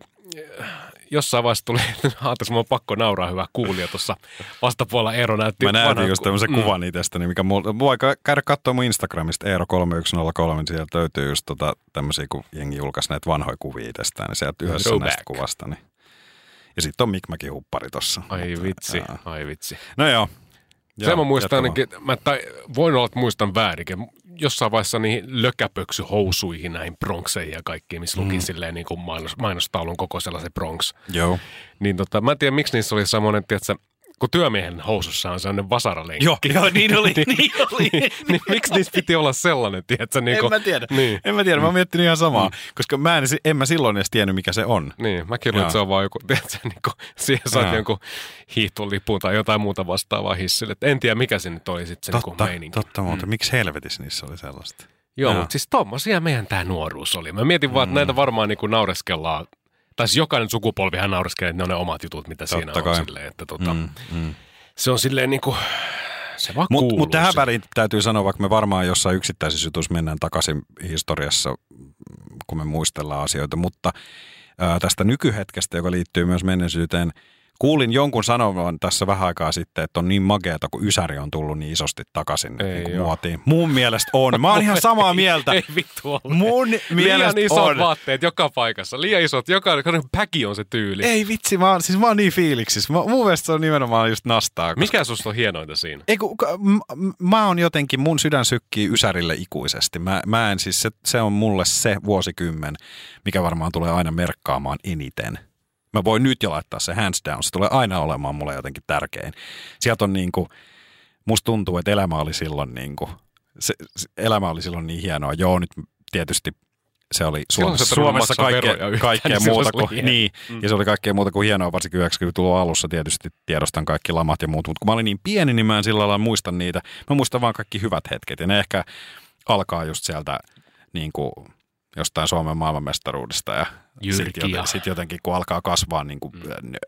jossain vaiheessa tuli, anteeksi, mun on pakko nauraa, hyvä kuulija tuossa vastapuolella Eero näytti. Mä näytin vanhan, just tämmöisen mm. kuvan itsestäni, mikä mulla, voi käydä katsoa mun Instagramista, Eero kolme yksi nolla kolme, niin sieltä löytyy just tota, tämmöisiä, kun jengi julkaisi näitä vanhoja kuvia itsestään, niin sieltä yhdessä Throwback. Näistä kuvasta, niin. Ja sitten on Mic-Macin huppari tossa. Ai vitsi, Ää. ai vitsi. No joo. Se mä muistan ainakin, mä tai, voin olla, että muistan väärinkin. Jossain vaiheessa niihin lökäpöksyhousuihin, näihin Bronxeihin ja kaikkiin, missä luki mm. silleen niin kuin mainos, mainostaulun koko sellaisen Bronx. Joo. Niin tota, mä en tiedä, miksi niissä oli semmoinen, tiedätkö, kun työmiehen housussa on sellainen vasaralenkki. Joo, joo, niin oli, niin, niin oli. niin, niin, miksi niissä piti olla sellainen, tiedätkö? Niin en mä tiedä, niin. en mä tiedä, mä oon miettinyt ihan samaa, mm. koska mä en, en mä silloin edes tiennyt, mikä se on. Niin, mäkin luulen, että se on vaan joku, tiedätkö, niin kuin siihen saat jonkun hiihtolipun tai jotain muuta vastaavaa hissille. En tiedä, mikä se nyt oli sitten se totta, niin meininki. Totta muuta, mm. miksi helvetissä niissä oli sellaista? Joo, mutta siis tommosia meidän tää nuoruus oli. Mä mietin vaan, että näitä varmaan niin kuin naureskellaan. Tai siis jokainen sukupolvihan naureskelee, että ne on ne omat jutut, mitä totta siinä kai. On silleen, että tota, mm, mm. se on silleen niin kuin, se vaan Mutta kuuluu. Mutta tähän väliin täytyy sanoa, vaikka me varmaan jossain yksittäisissä jutuissa mennään takaisin historiassa, kun me muistellaan asioita, mutta ää, tästä nykyhetkestä, joka liittyy myös menneisyyteen, kuulin jonkun sanovan tässä vähän aikaa sitten, että on niin mageeta, kun Ysäri on tullut niin isosti takaisin niin muotiin. Mun mielestä on. Mä oon ihan samaa mieltä. Ei vittu ole. Mun mielestä liian isot on. vaatteet joka paikassa. Liian isot. Joka päki on se tyyli. Ei vitsi, mä oon, siis mä oon niin fiiliksissä. Mä, mun mielestä se on nimenomaan just nastaa. Koska... Mikä susta on hienointa siinä? Ei, kun, m- mä oon jotenkin, mun sydän sykkii Ysärille ikuisesti. Mä, mä en siis, se, se on mulle se vuosikymmen, mikä varmaan tulee aina merkkaamaan eniten. Mä voin nyt jo laittaa se hands down. Se tulee aina olemaan mulle jotenkin tärkein. Sieltä on niinku, musta tuntuu, että elämä oli silloin niinku, se, se, elämä oli silloin niin hienoa. Joo, nyt tietysti se oli Suomessa, Suomessa kaikkea, kaikkea muuta kuin, niin, mm. ja se oli kaikkea muuta kuin hienoa, varsinkin yhdeksänkymmentäluvun alussa tietysti tiedostan kaikki lamat ja muut. Mutta kun mä olin niin pieni, niin mä en sillä lailla muista niitä. Mä muistan vaan kaikki hyvät hetket ja ne ehkä alkaa just sieltä niinku jostain Suomen maailmanmestaruudesta ja sitten joten, sit jotenkin kun alkaa kasvaa niin kuin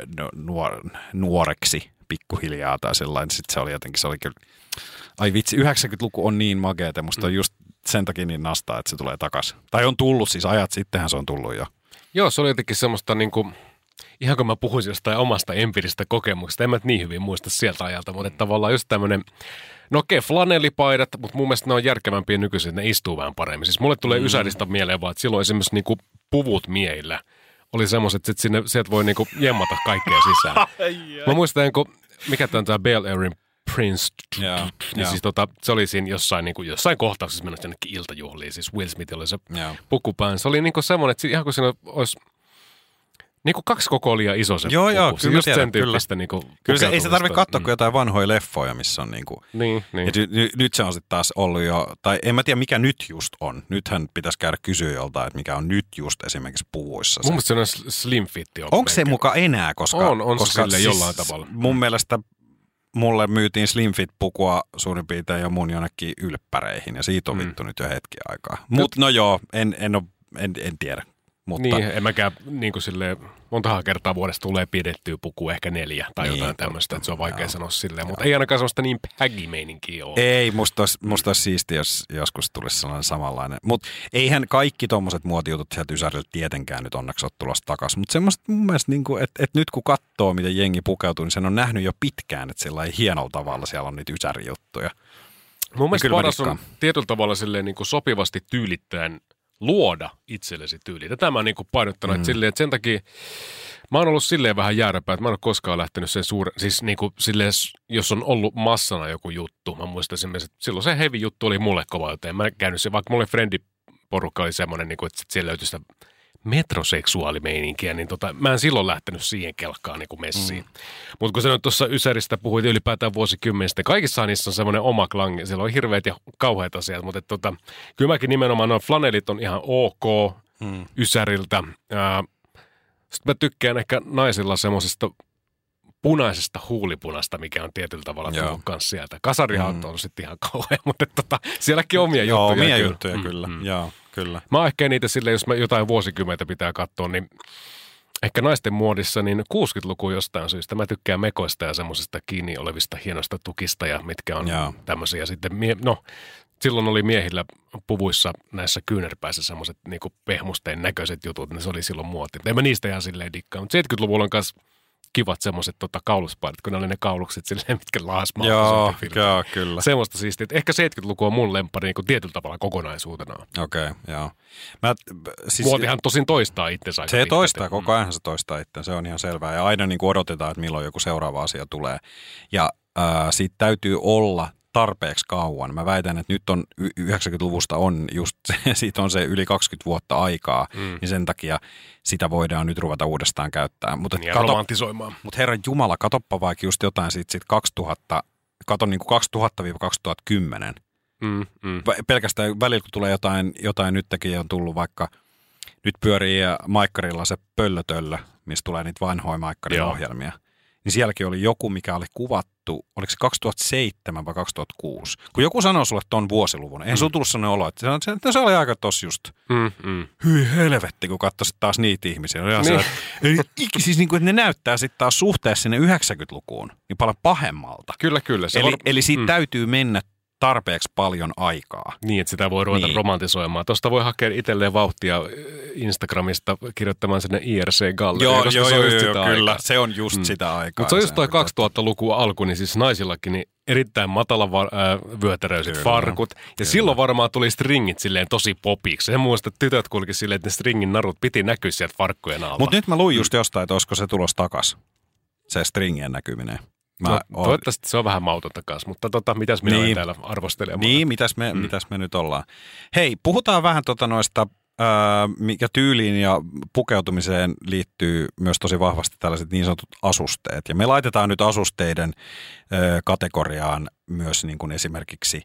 nuor, nuoreksi pikkuhiljaa tai sellainen, sitten se oli jotenkin, se oli kyllä, ai vitsi, yhdeksänkymmentäluku on niin mageeta, musta on just sen takia niin nastaa, että se tulee takaisin. Tai on tullut siis ajat, sittenhän se on tullut jo. Joo, se oli jotenkin semmoista niin kuin, ihan kun mä puhuisin jostain omasta empiiristä kokemuksesta, en mä niin hyvin muista sieltä ajalta, mutta tavallaan just tämmöinen, no okei, flanellipaidat, mutta mun mielestä ne on järkevämpiä nykyisin, että ne istuu vähän paremmin. Siis mulle tulee mm. Ysäristä mieleen vaan, että silloin esimerkiksi niinku puvut miehillä oli semmoiset, että sinne, sieltä voi niinku jemmata kaikkea sisään. Mä muistan, kun, mikä tämä on tämä Bel Airin Prince, yeah, niin yeah. Siis tota, se oli siinä jossain, niinku, jossain kohtauksessa menossa jonnekin iltajuhliin, siis Will Smith oli se yeah. pukupään. Se oli niinku semmoinen, että ihan kun siinä olisi niin kuin kaksi koko liian iso se joo, puku. Joo, kyllä just tiedän, sen tyyppistä niin kuin kyllä se, ei se tarvitse katsoa mm. kuin jotain vanhoja leffoja, missä on niin kuin, niin, niin. Ja n- n- nyt se on sitten taas ollut jo, tai en mä tiedä mikä nyt just on. Nythän pitäisi käydä kysyä joltain, että mikä on nyt just esimerkiksi puvuissa. Mun mielestä se on slim fitti. Onko se muka enää, koska... On, on koska se sille siis jollain tavalla. Mun mm. mielestä mulle myytiin slim fit pukua suurin piirtein jo mun jonnekin ylppäreihin, ja siitä on mm. vittu nyt jo hetki aikaa. Mutta no joo, en, en, ole, en, en tiedä. Mutta... Niin, en mäkään niin kuin silleen, montahan kertaa vuodesta tulee pidettyä puku, ehkä neljä tai niin, jotain tämmöistä, että se on vaikea joo. sanoa silleen, mutta ei ainakaan semmoista niin hägimeininkiä ole. Ei, musta olisi, musta olisi siistiä, jos joskus tulisi sellainen samanlainen. Mutta eihän kaikki tommoset muotijutut sieltä Ysäriltä tietenkään nyt onneksi ole tulossa takaisin. Mutta semmoista mun mielestä, niin että et nyt kun katsoo, miten jengi pukeutuu, niin sen on nähnyt jo pitkään, että sillä ei hienolla tavalla siellä on niitä Ysäri-juttuja. Mun mielestä paras on tietyllä tavalla silleen niin kuin sopivasti tyylittäen luoda itsellesi tyyli. Tätä mä oon niin kuin painottanut, mm. että, silleen, että sen takia mä oon ollut silleen vähän jääräpää, että mä en ole koskaan lähtenyt sen suuren, siis niin kuin silleen, jos on ollut massana joku juttu, mä muistan esimerkiksi, että silloin se heavy juttu oli mulle kova, joten mä en käynyt se, vaikka mulle friendiporukka oli semmoinen, niin kuin, että siellä löytyi sitä metroseksuaalimeininkiä, niin tota, mä en silloin lähtenyt siihen kelkkaan niin kuin messiin. Mm. Mutta kun sä nyt tuossa Ysäristä puhuit ylipäätään vuosikymmenistä, kaikissa niissä on semmoinen oma klangi. Siellä on hirveät ja kauheat asiat, mutta tota, kyllä mäkin nimenomaan noin flanelit on ihan ok mm. Ysäriltä. Sitten mä tykkään ehkä naisilla semmoisesta punaisesta huulipunasta, mikä on tietyllä tavalla tullut kanssa sieltä. Kasarihan mm. on sitten ihan kauhean, mutta tota, sielläkin omia joo, juttuja. omia kyllä. juttuja mm. kyllä, mm. joo. Kyllä. Mä oon ehkä niitä silleen, jos mä jotain vuosikymmentä pitää katsoa, niin ehkä naisten muodissa, niin kuusikymmentäluku jostain syystä. Mä tykkään mekoista ja semmoisista kiinni olevista hienoista tukista ja mitkä on Jaa. tämmöisiä. Sitten, mie- no, silloin oli miehillä puvuissa näissä kyynärpäissä semmoiset niinku pehmusteen näköiset jutut, niin se oli silloin muoti. En mä niistä ihan silleen dikkaa, mutta seitsemänkymmentäluvulla on kanssa kivat semmoiset tota, kauluspaidat, kun ne oli ne kaulukset silleen, mitkä laasmaa. Joo, joo, kyllä. Semmoista siistiä. Ehkä seitsemänkymmentäluku on mun lemppari niin tietyllä tavalla kokonaisuutenaan. Okei, okay, joo. Mä, siis, Muotihan tosin toistaa itsensä. Se toistaa, koko ajan se toistaa itse, se on ihan selvää. Ja aina niin kuin odotetaan, että milloin joku seuraava asia tulee. Ja äh, siitä täytyy olla tarpeeksi kauan. Mä väitän, että nyt on yhdeksänkymmentäluvusta on just se, siitä on se yli kaksikymmentä vuotta aikaa, mm. niin sen takia sitä voidaan nyt ruveta uudestaan käyttää. Mutta ja kato, romantisoimaan. Mutta herran jumala, katoppa vaikka just jotain siitä, siitä kaksituhatta, kato niin kuin kaksituhatta kaksituhattakymmenen. Mm, mm. Pelkästään välillä, kun tulee jotain, jotain nytkin on tullut vaikka, nyt pyörii Maikkarilla se Pöllötöllö, missä tulee niitä vanhoja Maikkarin Joo. ohjelmia. Niin sielläkin oli joku, mikä oli kuvattu, oliko se kaksituhattaseitsemän vai kaksituhattakuusi. Kun joku sanoo sulle ton vuosiluvun, eihän mm. sulla tullut sellainen olo, että se, se, se oli aika tossa just. Mm, mm. Hyi helvetti, kun katsoisit taas niitä ihmisiä. Niin. Se, eli, siis niin kuin, että ne näyttää sitten taas suhteessa sinne yhdeksänkymmentälukuun niin paljon pahemmalta. Kyllä, kyllä. Se eli, var... eli siitä mm. täytyy mennä tarpeeksi paljon aikaa. Niin, että sitä voi ruveta niin. romantisoimaan. Tuosta voi hakea itselleen vauhtia Instagramista kirjoittamaan sinne I R C-galleriin, joo, koska joo, se on joo, just joo, sitä kyllä. aikaa. Se on just mm. sitä aikaa. Mutta se on just toi kaksituhattaluvun alku, niin siis naisillakin niin erittäin matala va- äh, vyötäröiset kyllä. farkut. Ja kyllä. silloin varmaan tuli stringit silleen tosi popiksi. En muista, että tytöt kulki silleen, että ne stringin narut piti näkyä sieltä farkkujen alla. Mutta nyt mä luin just jostain, että olisiko se tulos takas, se stringien näkyminen. No, toivottavasti se on vähän mautonta kanssa, mutta tota, mitäs minä niin, olen täällä arvostelemaan? Niin, mitäs me, mm. mitäs me nyt ollaan. Hei, puhutaan vähän tota noista, ää, mikä tyyliin ja pukeutumiseen liittyy myös tosi vahvasti tällaiset niin sanotut asusteet. Ja me laitetaan nyt asusteiden ää, kategoriaan myös niin kuin esimerkiksi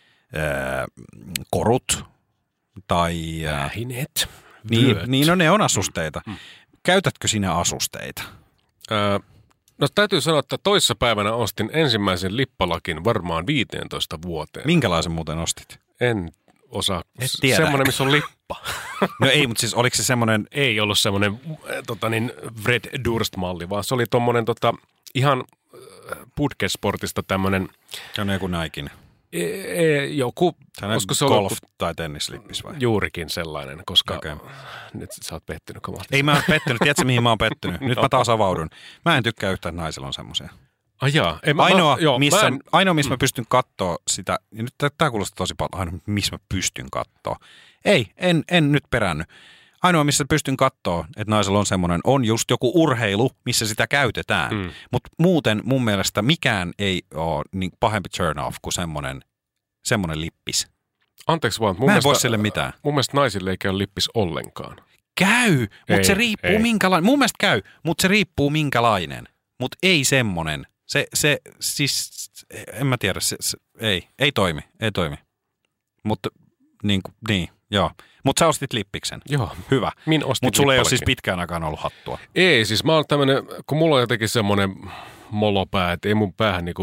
ää, korut tai... Vähineet, niin, niin, no ne on asusteita. Mm. Käytätkö sinä asusteita? Öö. No täytyy sanoa, että toissa päivänä ostin ensimmäisen lippalakin varmaan viisitoista vuoteen. Minkälaisen muuten ostit? En osaa. Semmoinen, missä on lippa. No ei, mutta siis oliko se semmoinen... Ei ollut semmoinen tota niin, Fred Durst-malli, vaan se oli tommonen tota, ihan Budget-sportista tämmöinen... Se on joku Naikin. E, e, joku... Olisiko se golf- ollut, tai tennislippis vai? Juurikin sellainen, koska okay. nyt sä oot pettynyt kovasti. Ei mä oon pettynyt, tiedätkö mihin mä oon pettynyt? Nyt mä taas avaudun. Mä en tykkää yhtään, että naisilla on semmoisia. Ai jaa. Ei, ainoa, mä, joo, missä, mä en, ainoa, missä mm. mä pystyn kattoo sitä, ja nyt tää kuulostaa tosi paljon, ainoa, missä mä pystyn kattoo. Ei, en, en nyt perännyt. Ainoa, missä pystyn kattoo, että naisella on semmoinen, on just joku urheilu, missä sitä käytetään. Mm. Mutta muuten mun mielestä mikään ei ole niin pahempi turn off kuin semmoinen, semmoinen lippis. Anteeksi vaan. Mun mä en mielestä, voi sille mitään. Mun mielestä naisille ei käy lippis ollenkaan. Käy, mutta se riippuu ei. minkälainen. Mun mielestä käy, mutta se riippuu minkälainen. Mutta ei semmoinen. Se, se, siis, en mä tiedä, se, se, ei, ei toimi, ei toimi. Mutta niin, niin joo. Mutta sä ostit lippiksen. Joo. Hyvä. Mutta sulla ei ole siis pitkään aikaan ollut hattua. Ei, siis mä oon tämmönen, kun mulla on jotenkin semmoinen molopää, että ei mun päähän niinku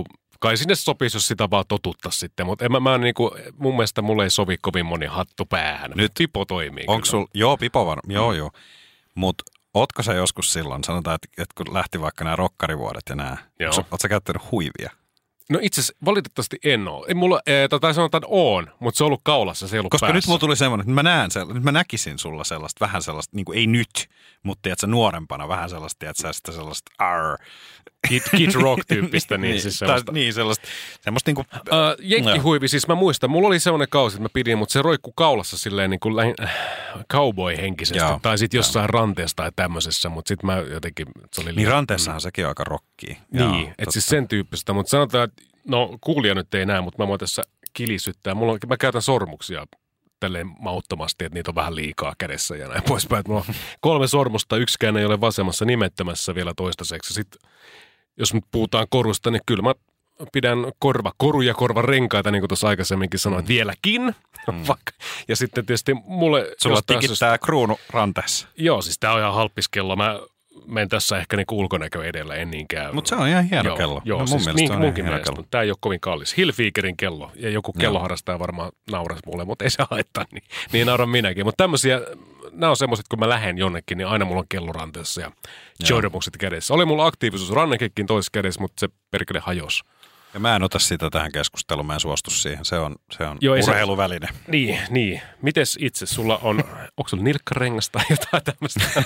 kai sinne sopisi, jos sitä vaan totuttaisi sitten, mutta en mä, mä niinku, mun mielestä mulle ei sovi kovin moni hattu päähän. Nyt Pipo toimii. Onko sul, joo, Pipo var, joo joo, mutta ootko sä joskus silloin, sanotaan, että, että kun lähti vaikka nämä rokkarivuodet ja nämä, ootko sä käyttänyt huivia? No itse asiassa valitettavasti en ole. Ei mulla, ee, tai sanotaan, että oon, mutta se on ollut kaulassa, se ei ollut Koska päässä. nyt mulla tuli semmoinen, että mä näen sellaista, nyt mä näkisin sulla sellaista, vähän sellaista, niin kuin ei nyt, mutta tiedätkö, nuorempana vähän sellaista, tiedätkö, sitä sellaista arr. Kid, Kid Rock-tyyppistä, niin, niin siis sellaista. Tai, niin, sellaista, semmoista niin kuin. Uh, Jenkkihuivi, siis mä muistan, mulla oli semmoinen kausi, että mä pidin, mutta se roikku kaulassa silleen niin kuin lähin, äh, cowboy-henkisesti. Joo, tai sitten jossain ranteessa tai tämmöisessä, mutta sitten mä jotenkin, se oli liian. Niin ranteessahan mm. sekin on aika rockia. Niin, että siis sen tyyppistä, mutta sanotaan, että no kuulija nyt ei näe, mutta mä voin tässä kilisyttää. Mulla on, mä käytän sormuksia tälleen mauttomasti, että niitä on vähän liikaa kädessä ja näin poispäin. Mulla on kolme sormusta, yksikään ei ole vasemmassa nimettömässä vielä toistaiseksi. Sitten jos nyt puhutaan korusta, niin kyllä mä pidän korva, koru ja korvan renkaita, niin kuin tuossa aikaisemminkin sanoin, mm. vieläkin. Mm. Ja sitten tietysti mulle. Sulla tikittää jos kruunu ranteessa. Joo, siis tää on ihan halppiskello. Mä menen tässä ehkä niin ulkonäkö edellä, en niinkään. Mutta se on ihan hieno joo, kello. Joo, no, mun siis mielestä niin, se on munkin hieno mielestä. kello. Tämä ei ole kovin kallis. Hilfigerin kello. Ja joku kelloharrastaja varmaan nauras mulle, mutta ei se haittaa. Niin, niin nauran minäkin. Mutta tämmöisiä, nämä on semmoiset, kun mä lähden jonnekin, niin aina mulla on kello ranteessa ja johdamukset kädessä. Oli mulla aktiivisuusrannekekin toisessa kädessä, mutta se perkele hajosi. Ja mä en ota sitä tähän keskusteluun, mä en suostu siihen. Se on, se on Joo, urheiluväline. Se, niin, niin. Mites itse sulla on, onko sulla nilkkarengas tai jotain tämmöistä?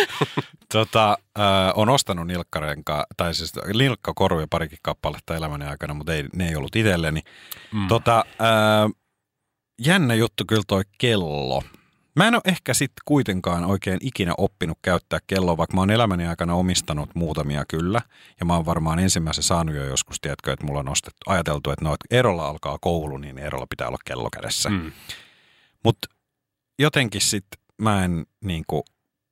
tota, äh, on ostanut nilkkarenkaa, tai siis nilkkakoruja parikin kappaletta elämäni aikana, mutta ei, ne ei ollut itselleni. Mm. Tota, äh, jännä juttu kyllä toi kello. Mä en ole ehkä sitten kuitenkaan oikein ikinä oppinut käyttää kelloa, vaikka mä oon elämäni aikana omistanut muutamia kyllä. Ja mä oon varmaan ensimmäisen saanut jo joskus, tiedätkö, että mulla on ostettu, ajateltu, että no, että Erolla alkaa koulu, niin Erolla pitää olla kello kädessä. Mm. Mutta jotenkin sitten mä en niinku,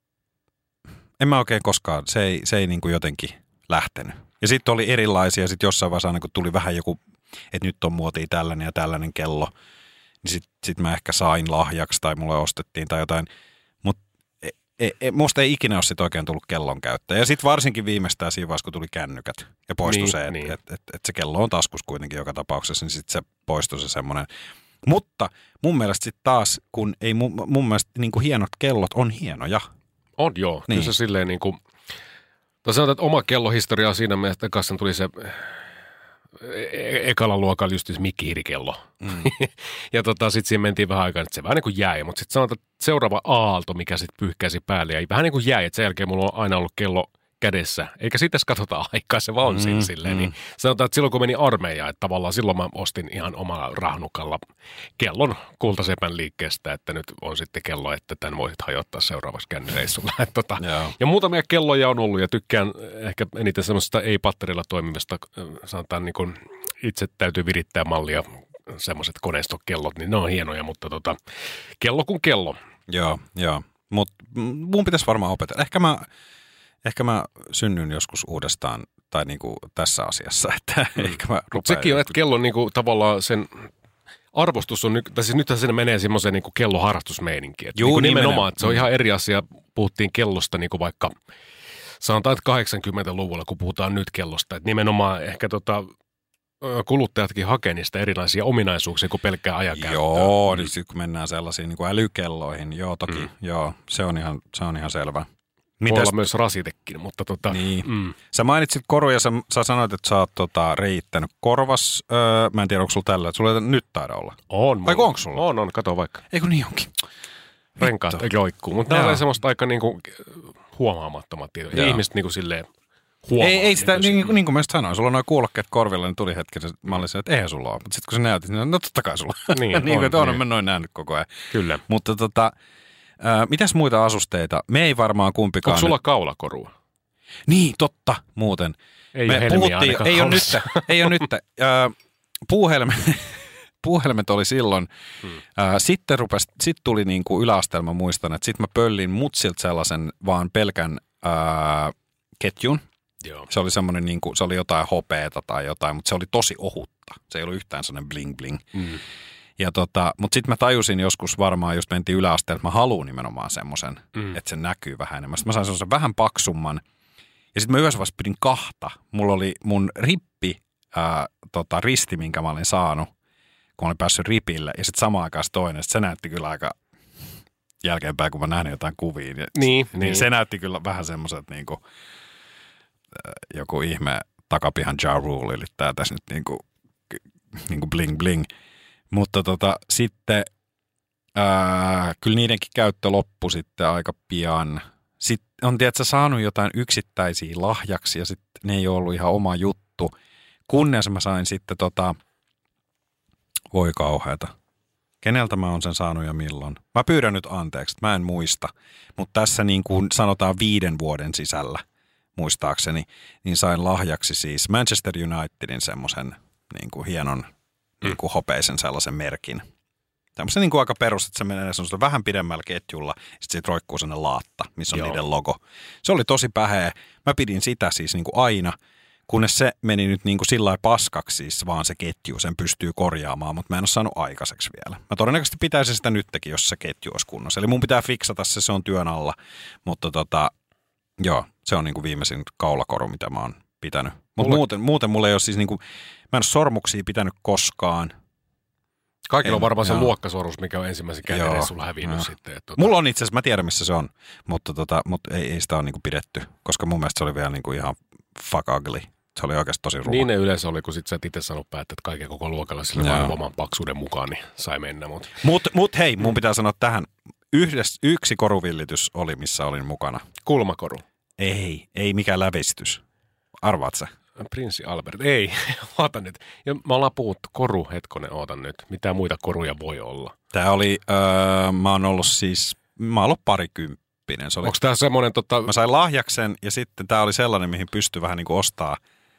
en mä oikein koskaan, se ei, se ei niinku jotenkin lähtenyt. Ja sitten oli erilaisia, sitten jossain vaiheessa aina kun tuli vähän joku, että nyt on muotia tällainen ja tällainen kello, niin sitten sit mä ehkä sain lahjaksi tai mulle ostettiin tai jotain. Mutta e, e, musta ei ikinä ole sit oikein tullut kellon käyttöä. Ja sitten varsinkin viimeistään siinä vaiheessa, kun tuli kännykät ja poistui niin, se, että niin. et, et, et se kello on taskus kuitenkin joka tapauksessa, niin sitten se poistui se semmoinen. Mutta mun mielestä sitten taas, kun ei mun, mun mielestä niin kuin hienot kellot on hienoja. On joo, niin. Kyllä se silleen niin kuin, tai sanotaan, että oma kellohistoria on siinä mielessä, että kanssa tuli se e- ekalla luokalla just mikkihiirikello. Mm. ja tota, sitten siinä mentiin vähän aikaa, että se vähän niin kuin jäi, mutta sitten sanotaan, että seuraava aalto, mikä sitten pyyhkäisi päälle, ja vähän niin kuin jäi, että sen jälkeen mulla on aina ollut kello kädessä, eikä sitten katsotaan aikaa, se vaan mm, silleen. Mm. Niin sanotaan, että silloin kun meni armeijaan, että tavallaan silloin mä ostin ihan omalla rahnukalla kellon kultasepän liikkeestä, että nyt on sitten kello, että tämän voisit hajottaa seuraavaksi kännireissulla. tota, ja muutamia kelloja on ollut ja tykkään ehkä eniten semmoisesta ei-patterilla toimivasta, sanotaan niin kuin itse täytyy virittää mallia, semmoiset koneistokellot, niin ne on hienoja, mutta tota, kello kuin kello. Joo, joo. Mutta mun pitäisi varmaan opetella. Ehkä mä Ehkä mä synnyn joskus uudestaan tai niinku tässä asiassa, että mm. ehkä mä rupean. Sekin on, että kellon niinku tavallaan sen arvostus on, tai siis nythän se menee semmoiseen niinku kelloharrastusmeininkiin. Juu, niinku niin nimenomaan, menee. Että se on ihan eri asia, puhuttiin kellosta niinku vaikka, sanotaan, että kahdeksankymmentäluvulla, kun puhutaan nyt kellosta, että nimenomaan ehkä tota, kuluttajatkin hakee niistä erilaisia ominaisuuksia kuin pelkkää ajankäyttöä. Joo, niin sitten kun mennään sellaisiin niinku älykelloihin, joo toki, mm. joo, se on ihan, se on ihan selvä. Mitäs? Voi olla myös rasitekin, mutta tota... Niin. Mm. Sä mainitsit koruja, sä, sä sanoit, että sä oot tota, reittänyt korvas. Öö, mä en tiedä, onko sulla tällä, että sulla ei nyt taida olla. On. Vai onko sulla? On, on, kato vaikka. Eikö niin onkin? Renkaat joikkuu, mutta nämä on semmoista aika niinku huomaamattomat tietoja. Ei ihmiset niinku silleen huomaa. Ei, ei sitä, niin, niin, niin kuin mä just sanoin, sulla on noin kuulokkeet korvilla, niin tuli hetki, mä olin se, että eihän sulla ole. Mutta sitten kun sä näytit, niin no totta kai sulla. Niin, niin on, että on, niin. Mä noin nähnyt koko ajan. Kyllä. Mutta tota... Äh, mitäs muita asusteita? Me ei varmaan kumpikaan... Onko sulla nyt... kaulakorua? Niin, totta, muuten. Ei Me puhuttiin, ei ole nyt, ei ole nyt. Äh, puuhelmet, puuhelmet oli silloin. Hmm. Äh, sitten rupes, sit tuli niinku yläastelma, muistan, että sitten mä pöllin mutsilta sellaisen vaan pelkän äh, ketjun. Joo. Se oli semmoinen, niinku, se oli jotain hopeeta tai jotain, mutta se oli tosi ohutta. Se ei ollut yhtään sellainen bling bling. Hmm. Ja tota, mutta sitten mä tajusin joskus varmaan, just mentiin yläasteen, että mä haluun nimenomaan semmoisen, mm. että se näkyy vähän enemmän. Sitten mä sain semmoisen vähän paksumman. Ja sitten mä yhdessä vaiheessa pidin kahta. Mulla oli mun rippi, ää, tota, risti, minkä mä olin saanut, kun mä olin päässyt ripille, ja sitten samaan aikaan toinen. Sit se näytti kyllä aika jälkeenpäin, kun mä nähnyt jotain kuvia. Niin, niin, niin, niin. Se näytti kyllä vähän semmoiset niin kuin, joku ihme takapihan Ja Rule, eli tää tässä nyt niin kuin, niin kuin bling bling. Mutta tota, sitten ää, kyllä niidenkin käyttö loppui sitten aika pian. Sitten on tiedätkö, saanut jotain yksittäisiä lahjaksi ja sitten ne ei ollut ihan oma juttu. Kunnes mä sain sitten tota, voi kauheata. Keneltä mä oon sen saanut ja milloin? Mä pyydän nyt anteeksi, mä en muista. Mutta tässä niin kuin sanotaan viiden vuoden sisällä, muistaakseni, niin sain lahjaksi siis Manchester Unitedin semmoisen niin kuin hienon niin kuin hopeisen sellaisen merkin. Tämmöisen niin kuin aika perus, että se menee semmoisella vähän pidemmällä ketjulla, sitten siitä roikkuu sellainen laatta, missä on Joo. niiden logo. Se oli tosi päheä. Mä pidin sitä siis niin kuin aina, kunnes se meni nyt niin kuin sillä lailla paskaksi siis, vaan se ketju, sen pystyy korjaamaan, mutta mä en ole saanut aikaiseksi vielä. Mä todennäköisesti pitäisin sitä nytkin, jos se ketju olisi kunnossa. Eli mun pitää fiksata se, se on työn alla, mutta tota, joo, se on niin kuin viimeisin kaulakoru, mitä mä oon pitänyt. Mutta muuten, muuten mulla ei ole siis niin kuin, mä en ole sormuksia pitänyt koskaan. Kaikilla on varmaan joo. se luokkasorus, mikä on ensimmäisen käden edessä sulla hävinnyt joo. sitten. Että tuota... Mulla on itse asiassa, mä tiedän missä se on, mutta, tota, mutta ei, ei sitä ole niinku pidetty, koska mun mielestä se oli vielä niinku ihan fuck ugly. Se oli oikeasti tosi ruma. Niin ne yleensä oli, kun sit sä et itse sanonut päättää, että kaiken koko luokalla sillä vain oman paksuuden mukaan, niin sai mennä. Mutta mut, mut hei, mun pitää sanoa tähän, Yhdessä, yksi koruvillitys oli, missä olin mukana. Kulmakoru. Ei, ei mikään lävistys. Arvaat sä? Prinssi Albert. Ei, oota nyt. Ja me ollaan puhuttu koru, hetkonen, oota nyt. Mitä muita koruja voi olla? Tää oli, öö, mä oon ollut siis, mä oon ollut parikymppinen. Se oli, onko tää semmonen tota... Mä sain lahjaksen ja sitten tää oli sellainen, mihin pystyi vähän niin kuin ostaa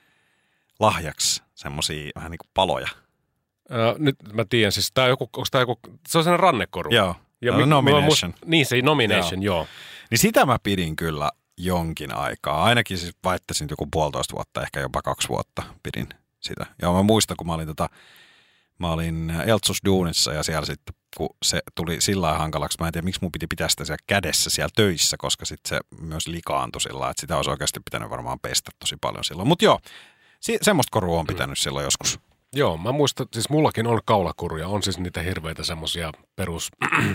lahjaksi semmosia vähän niin kuin paloja. Öö, nyt mä tiedän, siis tää on joku, onko tää joku, se on sellainen rannekoru. Joo, ja no, mi- nomination. Muist, niin se nomination, joo. joo. Niin sitä mä pidin kyllä jonkin aikaa. Ainakin siis vaittasin joku puolitoista vuotta, ehkä jopa kaksi vuotta pidin sitä. Ja mä muistan, kun mä olin, tota, mä olin Eltsus-duunissa ja siellä sitten, kun se tuli sillä lailla hankalaksi, mä en tiedä, miksi mun piti pitää sitä siellä kädessä siellä töissä, koska sitten se myös likaantui sillä lailla, että sitä olisi oikeasti pitänyt varmaan pestä tosi paljon silloin. Mutta joo, si- semmoista korua on pitänyt mm. silloin joskus. Joo, mä muistan, siis mullakin on kaulakoruja, on siis niitä hirveitä semmoisia perus...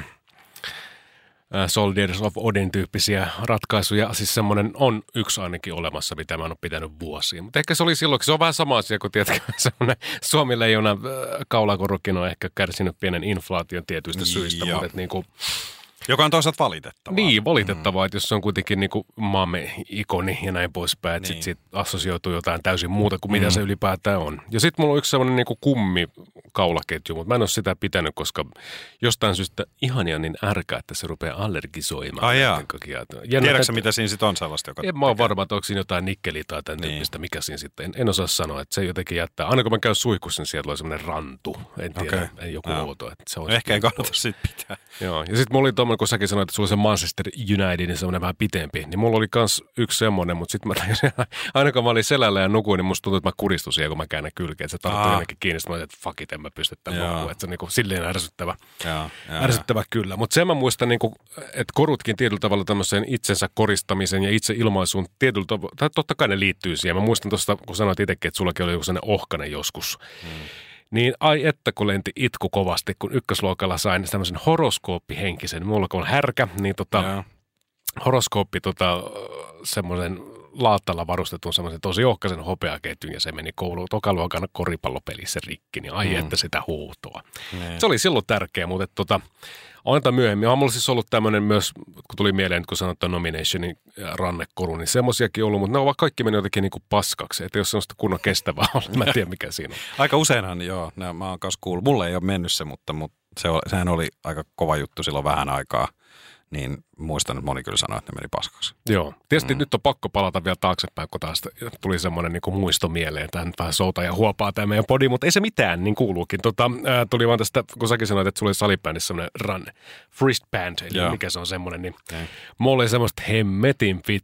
Soldiers of Odin -tyyppisiä ratkaisuja. Siis semmoinen on yksi ainakin olemassa, mitä mä en ole pitänyt vuosia. Mutta ehkä se oli silloin, se on vähän sama asia kuin tiedätkö, semmoinen Suomi-leijona kaulakorukin on ehkä kärsinyt pienen inflaation tietyistä syistä. Mutta niin kuin, joka on toisaalta valitettavaa. Niin, valitettavaa, mm. että jos se on kuitenkin niin kuin maamme ikoni ja näin poispäin, että niin. sitten sit assosioituu jotain täysin muuta kuin mitä mm. se ylipäätään on. Ja sitten mulla on yksi semmoinen niin kuin kummi kaulaketju, mutta mä en ole sitä pitänyt, koska jostain syystä ihania niin ärkää, että se rupeaa allergisoimaan. Ai jaa. Tiedätkö että... mitä siinä sitten on sellaista? Joka en mä ole varma, että onko siinä jotain nikkeliä tai tämän niin. tyyppistä, mikä siinä sitten. En, en osaa sanoa, että se jotenkin jättää. Aina kun mä käyn suihkussa, niin sieltä on semmoinen rantu. En tiedä, okay. ei joku no. outo. Että se on ehkä ei kannata siitä pitää. Joo, ja sitten mulla oli tommoinen, kun säkin sanoit, että sulla on se Manchester United, niin semmoinen vähän pitempi. Niin mulla oli kans yksi semmoinen, mutta sitten mä tajusin, aina kun mä olin selällä ja nukuin, niin musta tuntui, että mä kuristuin siihen, kun mä käännän kylkeen. Että se tarttui jonnekin kiinni, että mä olin, että fuck it, en mä pysty tämän loppuun. Että se on niin kuin silleen ärsyttävä. Jaa, jaa, ärsyttävä jaa. Kyllä. Mutta sen mä muistan, niin kuin, että korutkin tietyllä tavalla tämmöiseen itsensä koristamisen ja itse ilmaisuun tietyllä tavalla, tai totta kai ne liittyy siihen. Mä muistan tuosta, kun sanoit itsekin, että sullakin oli joku sellainen ohkainen joskus. Hmm. Niin ai että kun lenti itku kovasti, kun ykkösluokalla sain tämmöisen horoskooppihenkisen. Mulla on härkä, niin tota, horoskooppi tota, semmoisen laattalla varustetun semmoisen tosi ohkaisen hopeaketjun ja se meni kouluun tokaluokan koripallopelissä rikki, niin ai mm. että sitä huutoa. Mm. Se oli silloin tärkeä, mutta tota, aina myöhemmin. On mulla siis ollut tämmöinen myös, kun tuli mieleen, kun sanoit nominationin rannekoru, niin semmoisiakin ollut, mutta ne ovat kaikki mennyt jotenkin niin kuin paskaksi. Että jos semmoista kunnon kestävää on, mä en tiedä mikä siinä on. Aika useinhan, joo, nämä, mä oon kanssa kuullut. Mulle ei ole mennyt se, mutta, mutta se, sehän oli aika kova juttu silloin vähän aikaa. Niin muistan, että moni kyllä sanoi, että ne meni paskaksi. Joo. Tietysti mm. nyt on pakko palata vielä taaksepäin, kun taas tuli semmoinen niin kuin muisto mieleen. Tämä nyt vähän souta ja huopaa tämä meidän podi, mutta ei se mitään, niin kuuluukin. Tota, ää, tuli vaan tästä, kun säkin sanoit, että sulla oli salibändissä semmoinen run, wristband, eli Joo. mikä se on semmoinen, niin mm. mulla oli semmoista hemmetin pitkät,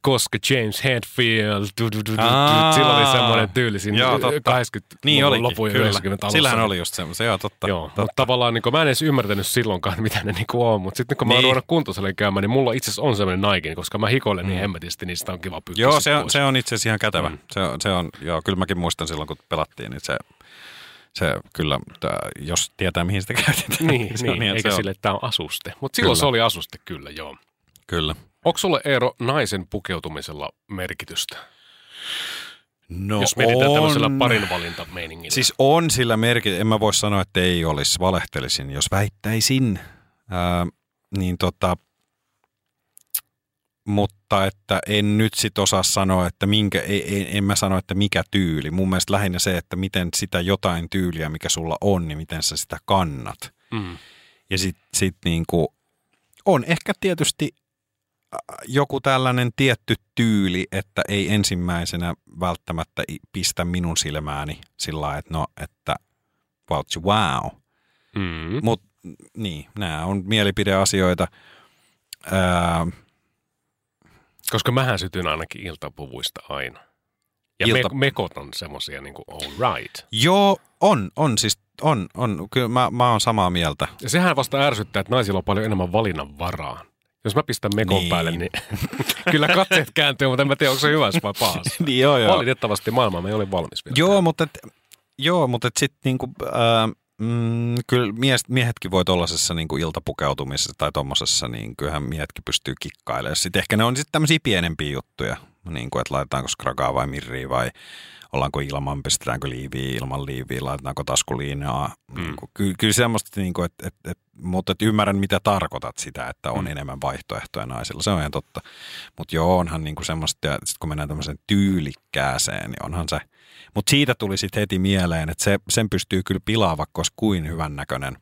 koska James Hetfield, du, du, du, du, sillä oli semmoinen tyyli siinä kahdeksankymmentäluvun lopun ja yhdeksänkymmentäluvun alussa. Sillähän oli just semmoinen, joo totta. Joo, totta. mutta tavallaan niin mä en edes ymmärtänyt silloinkaan, mitä ne niin on, mutta sitten kun mä oon niin. ruvennut kuntosalille käymään, niin mulla itse asiassa on semmoinen Nike, koska mä hikoilen mm. niin hemmetisti, niin sitä on kiva pyykkää. Joo, se on, se on itse asiassa ihan kätevä. Mm. Se, on, se on, joo, kyllä mäkin muistan silloin, kun pelattiin, niin se... Se kyllä, jos tietää mihin sitä käytetään. Niin, se niin on, eikä se sille, että tämä on asuste. Mutta silloin kyllä. se oli asuste kyllä, joo. Kyllä. Onko sulle, Eero, naisen pukeutumisella merkitystä? No jos mietitään on. tämmöisellä parinvalintameiningillä. Siis on sillä merkitystä. En mä voi sanoa, että ei olisi. Valehtelisin, jos väittäisin. Ää, niin tota... Mutta että en nyt sit osaa sanoa, että minkä, en, en mä sano, että mikä tyyli. Mun mielestä lähinnä se, että miten sitä jotain tyyliä, mikä sulla on, niin miten sä sitä kannat. Mm. Ja sit, sit niinku, on ehkä tietysti joku tällainen tietty tyyli, että ei ensimmäisenä välttämättä pistä minun silmääni sillä lailla, että no, että wow. Mm. Mut niin, nämä on mielipideasioita. Ää, Koska mähän sytyn ainakin iltapuvuista aina. Ja Ilta... me, mekot on semmosia niin kuin all right. Joo, on, on siis, on, on. Kyllä mä, mä oon samaa mieltä. Ja sehän vasta ärsyttää, että naisilla on paljon enemmän valinnan varaa. Jos mä pistän mekon niin. päälle, niin kyllä katseet kääntyy, mutta en mä tiedä, onko se hyvässä vai pahassa. niin, joo, joo. Valitettavasti maailma ei ole valmis vielä. Joo, mutta, et, joo, mutta et sit niinku... Ää, Mm, kyllä mies, miehetkin voi tollasessa niin kuin iltapukeutumisessa tai tommosessa, niin kyllähän miehetkin pystyy kikkailemaan. Sitten ehkä ne on sitten tämmöisiä pienempiä juttuja, niin kuin, että laitetaanko skragaa vai mirriä vai ollaanko ilman, pistetäänkö liiviä ilman liiviä, laitetaanko taskuliinaa. Mm. Niin kuin, kyllä, kyllä semmoista, niin kuin, että, että, että, mutta että ymmärrän mitä tarkoitat sitä, että on mm. enemmän vaihtoehtoja naisilla. Se on ihan totta. Mutta joo, onhan niin kuin semmoista, ja sitten kun mennään tämmöiseen tyylikkääseen, niin onhan se. Mutta siitä tuli sitten heti mieleen, että se, sen pystyy kyllä pilaamaan, vaikka olisi kuin hyvännäköinen